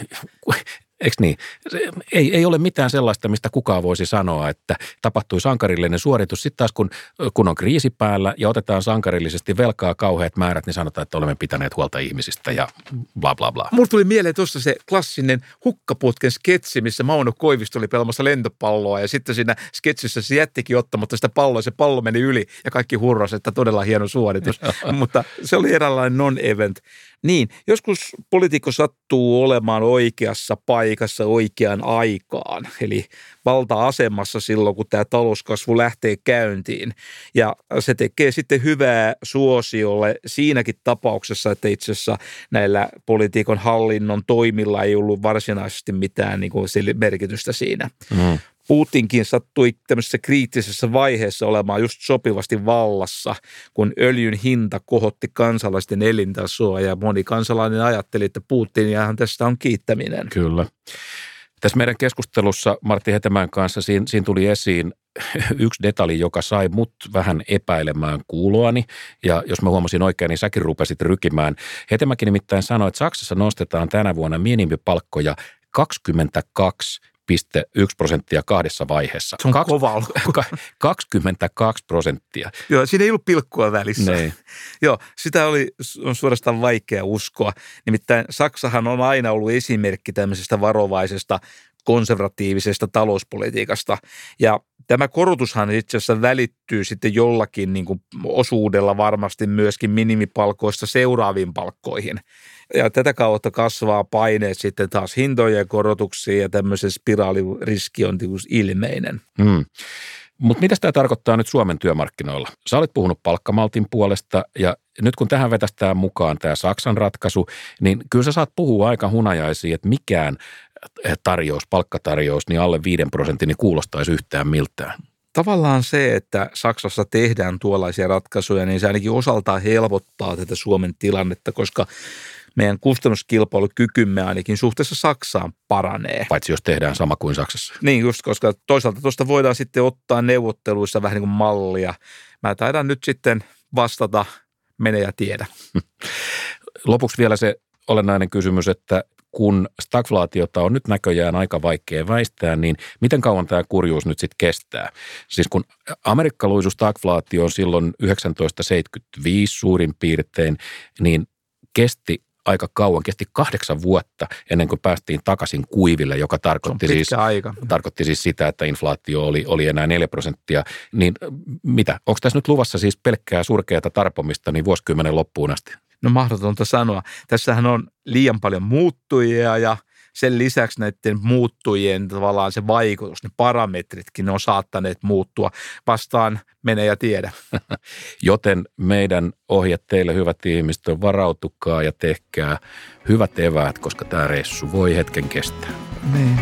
Eikö niin? Ei, ei ole mitään sellaista, mistä kukaan voisi sanoa, että tapahtui sankarillinen suoritus. Sitten taas kun, kun on kriisi päällä ja otetaan sankarillisesti velkaa kauheat määrät, niin sanotaan, että olemme pitäneet huolta ihmisistä ja bla bla bla.
Mulla tuli mieleen tuossa se klassinen hukkaputken sketsi, missä Mauno Koivisto oli pelaamassa lentopalloa ja sitten siinä sketsissä se jättikin ottamatta sitä palloa ja se pallo meni yli ja kaikki hurrasi, että todella hieno suoritus. Mutta se oli eräänlainen non-event. Niin, joskus poliitikko sattuu olemaan oikeassa paikassa oikeaan aikaan, eli valta-asemassa silloin, kun tämä talouskasvu lähtee käyntiin. Ja se tekee sitten hyvää suosiolle siinäkin tapauksessa, että itse asiassa näillä poliitikon hallinnon toimilla ei ollut varsinaisesti mitään niin kuin merkitystä siinä. Mm. Putinkin sattui tämmöisessä kriittisessä vaiheessa olemaan just sopivasti vallassa, kun öljyn hinta kohotti kansalaisten elintasoa ja moni kansalainen ajatteli, että Putiniahan tästä on kiittäminen.
Kyllä. Tässä meidän keskustelussa Martti Hetemäen kanssa siinä, siinä tuli esiin yksi detalji, joka sai mut vähän epäilemään kuuloani. Ja jos mä huomasin oikein, niin säkin rupesit rykimään. Hetemäki nimittäin sanoi, että Saksassa nostetaan tänä vuonna minimipalkkoja kaksikymmentäkaksi pilkku yksi prosenttia kahdessa vaiheessa.
Se on Kaks, kova
kaksikymmentäkaksi prosenttia.
Joo, siinä ei ollut pilkkua välissä.
Nein.
Joo, sitä oli, on suorastaan vaikea uskoa. Nimittäin Saksahan on aina ollut esimerkki tämmöisestä varovaisesta konservatiivisesta talouspolitiikasta. Ja tämä korotushan itse asiassa välittyy sitten jollakin niin kuin osuudella varmasti myöskin minimipalkoista seuraaviin palkkoihin. Ja tätä kautta kasvaa paineet sitten taas hintojen korotuksiin ja tämmöisen spiraaliriski on ilmeinen.
Hmm. Mutta mitä tämä tarkoittaa nyt Suomen työmarkkinoilla? Sä olet puhunut palkkamaltin puolesta ja nyt kun tähän vetästään mukaan tämä Saksan ratkaisu, niin kyllä sä saat puhua aika hunajaisia, että mikään tarjous, palkkatarjous, niin alle viiden prosentin niin kuulostaisi yhtään miltään.
Tavallaan se, että Saksassa tehdään tuollaisia ratkaisuja, niin se ainakin osaltaan helpottaa tätä Suomen tilannetta, koska meidän kustannuskilpailukykymme ainakin suhteessa Saksaan paranee.
Paitsi jos tehdään sama kuin Saksassa.
Niin just, koska toisaalta tuosta voidaan sitten ottaa neuvotteluissa vähän niin kuin mallia. Mä taidan nyt sitten vastata, mene ja tiedä.
Lopuksi vielä se olennainen kysymys, että kun stagflaatiota on nyt näköjään aika vaikea väistää, niin miten kauan tämä kurjuus nyt sitten kestää? Siis kun Amerikka luisu stagflaatioon silloin tuhatyhdeksänsataaseitsemänkymmentäviisi suurin piirtein, niin kesti aika kauan, kesti kahdeksan vuotta ennen kuin päästiin takaisin kuiville, joka tarkoitti siis,
aika.
tarkoitti siis sitä, että inflaatio oli, oli enää neljä prosenttia. Niin mitä, onko tässä nyt luvassa siis pelkkää surkeata tarpomista niin vuosikymmenen loppuun asti?
No mahdotonta sanoa. Tässähän on liian paljon muuttujia ja sen lisäksi näiden muuttujien tavallaan se vaikutus, ne parametritkin on saattaneet muuttua. Vastaan mene ja tiedä.
Joten meidän ohje teille, hyvät ihmiset, on varautukaa ja tehkää hyvät eväät, koska tämä reissu voi hetken kestää.
Niin.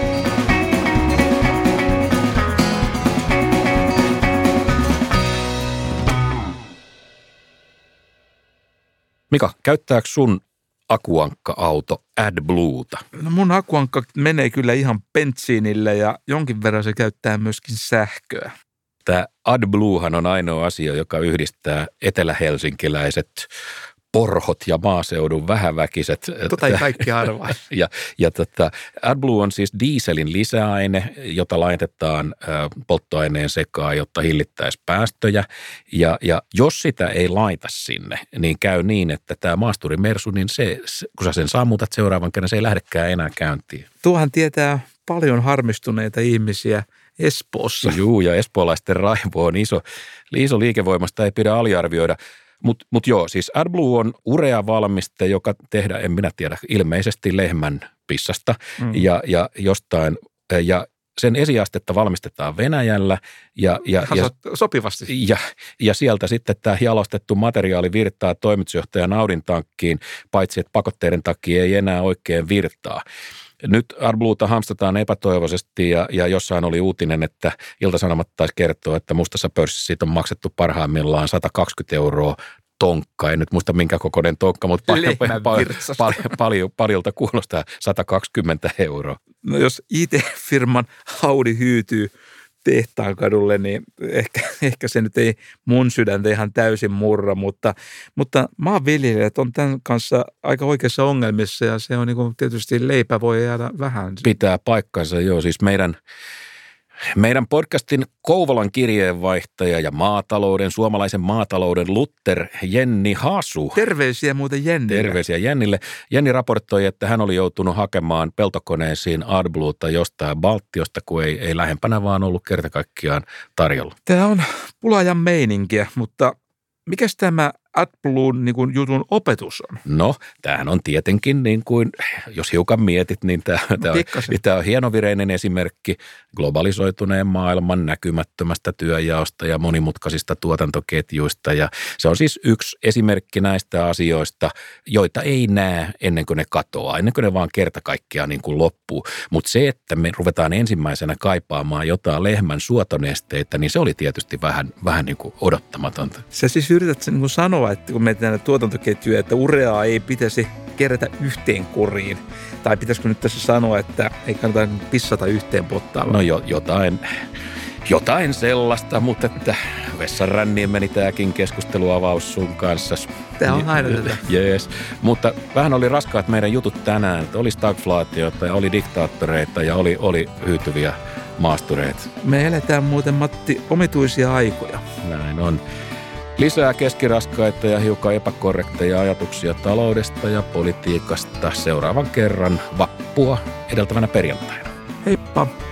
Mika, käyttääkö sun akuankka-auto AdBlueta?
No mun akuankka menee kyllä ihan bensiinille ja jonkin verran se käyttää myöskin sähköä.
Tämä AdBluehan on ainoa asia, joka yhdistää etelähelsinkiläiset porhot ja maaseudun vähäväkiset.
Tota ei kaikki arvaa.
ja ja tota, AdBlue on siis dieselin lisäaine, jota laitetaan ä, polttoaineen sekaan, jotta hillittäisi päästöjä. Ja, ja jos sitä ei laita sinne, niin käy niin, että tämä maasturimersu, niin se, kun sä sen sammutat seuraavan kerran, se ei lähdekään enää käyntiin.
Tuohan tietää paljon harmistuneita ihmisiä Espoossa.
Juu, ja espoolaisten raivo on iso. Iso liikevoimasta ei pidä aliarvioida. Mutta mut joo, siis AdBlue on urea valmiste, joka tehdään, en minä tiedä, ilmeisesti lehmän pissasta mm. ja, ja jostain, ja sen esiastetta valmistetaan Venäjällä. Ja, ja, ja,
sopivasti.
Ja, ja sieltä sitten tämä jalostettu materiaali virtaa toimitusjohtajan Audin tankkiin, paitsi että pakotteiden takia ei enää oikein virtaa. Nyt AdBlueta hamstataan epätoivoisesti ja, ja jossain oli uutinen, että Ilta-Sanomat taisi kertoa, että mustassa pörssissä siitä on maksettu parhaimmillaan sata kaksikymmentä euroa tonkka. En nyt muista minkä kokoinen tonkka, mutta paljon, paljon, paljon, paljon, paljolta kuulostaa sata kaksikymmentä euroa.
No jos I T-firman Audi hyytyy tehtaan kadulle, niin ehkä, ehkä se nyt ei mun sydäntä ihan täysin murra, mutta, mutta maanviljelijät on tämän kanssa aika oikeassa ongelmissa ja se on niin kuin tietysti leipä voi jäädä vähän.
Pitää paikkansa, joo, siis meidän Meidän podcastin Kouvolan kirjeenvaihtaja ja maatalouden, suomalaisen maatalouden Luther Jenni Hasu.
Terveisiä muuten Jennille.
Terveisiä Jennille. Jenni raportoi, että hän oli joutunut hakemaan peltokoneisiin AdBlueta jostain Baltiosta, kun ei, ei lähempänä vaan ollut kerta kaikkiaan tarjolla.
Tämä on pulajan meininkiä, mutta mikäs tämä AdBluen niin kuin jutun opetus on?
No, tämähän on tietenkin niin kuin, jos hiukan mietit, niin tämä, no, tämä, on, tämä on hienovireinen esimerkki globalisoituneen maailman näkymättömästä työjaosta ja monimutkaisista tuotantoketjuista. Ja se on siis yksi esimerkki näistä asioista, joita ei näe ennen kuin ne katoaa, ennen kuin ne vaan kerta kaikkiaan niin kuin loppuu. Mutta se, että me ruvetaan ensimmäisenä kaipaamaan jotain lehmän suotonesteitä, niin se oli tietysti vähän, vähän niin kuin odottamatonta.
Sä siis yrität niin kuin sanoa, että kun mietitään tuotantoketjuja, että ureaa ei pitäisi kerätä yhteen koriin. Tai pitäisikö nyt tässä sanoa, että ei kannata pissata yhteen pottaalla?
No jo, jotain, jotain sellaista, mutta että vessanränniin meni tämäkin keskusteluavaus sun kanssa.
Tämä on aina tätä.
Jees. Mutta vähän oli raskaat meidän jutut tänään, että oli stagflaatiota ja oli diktaattoreita ja oli, oli hyytyviä maastureita.
Me eletään muuten, Matti, omituisia aikoja.
Näin on. Lisää keskiraskaita ja hiukan epäkorrekteja ajatuksia taloudesta ja politiikasta seuraavan kerran vappua edeltävänä perjantaina.
Heippa!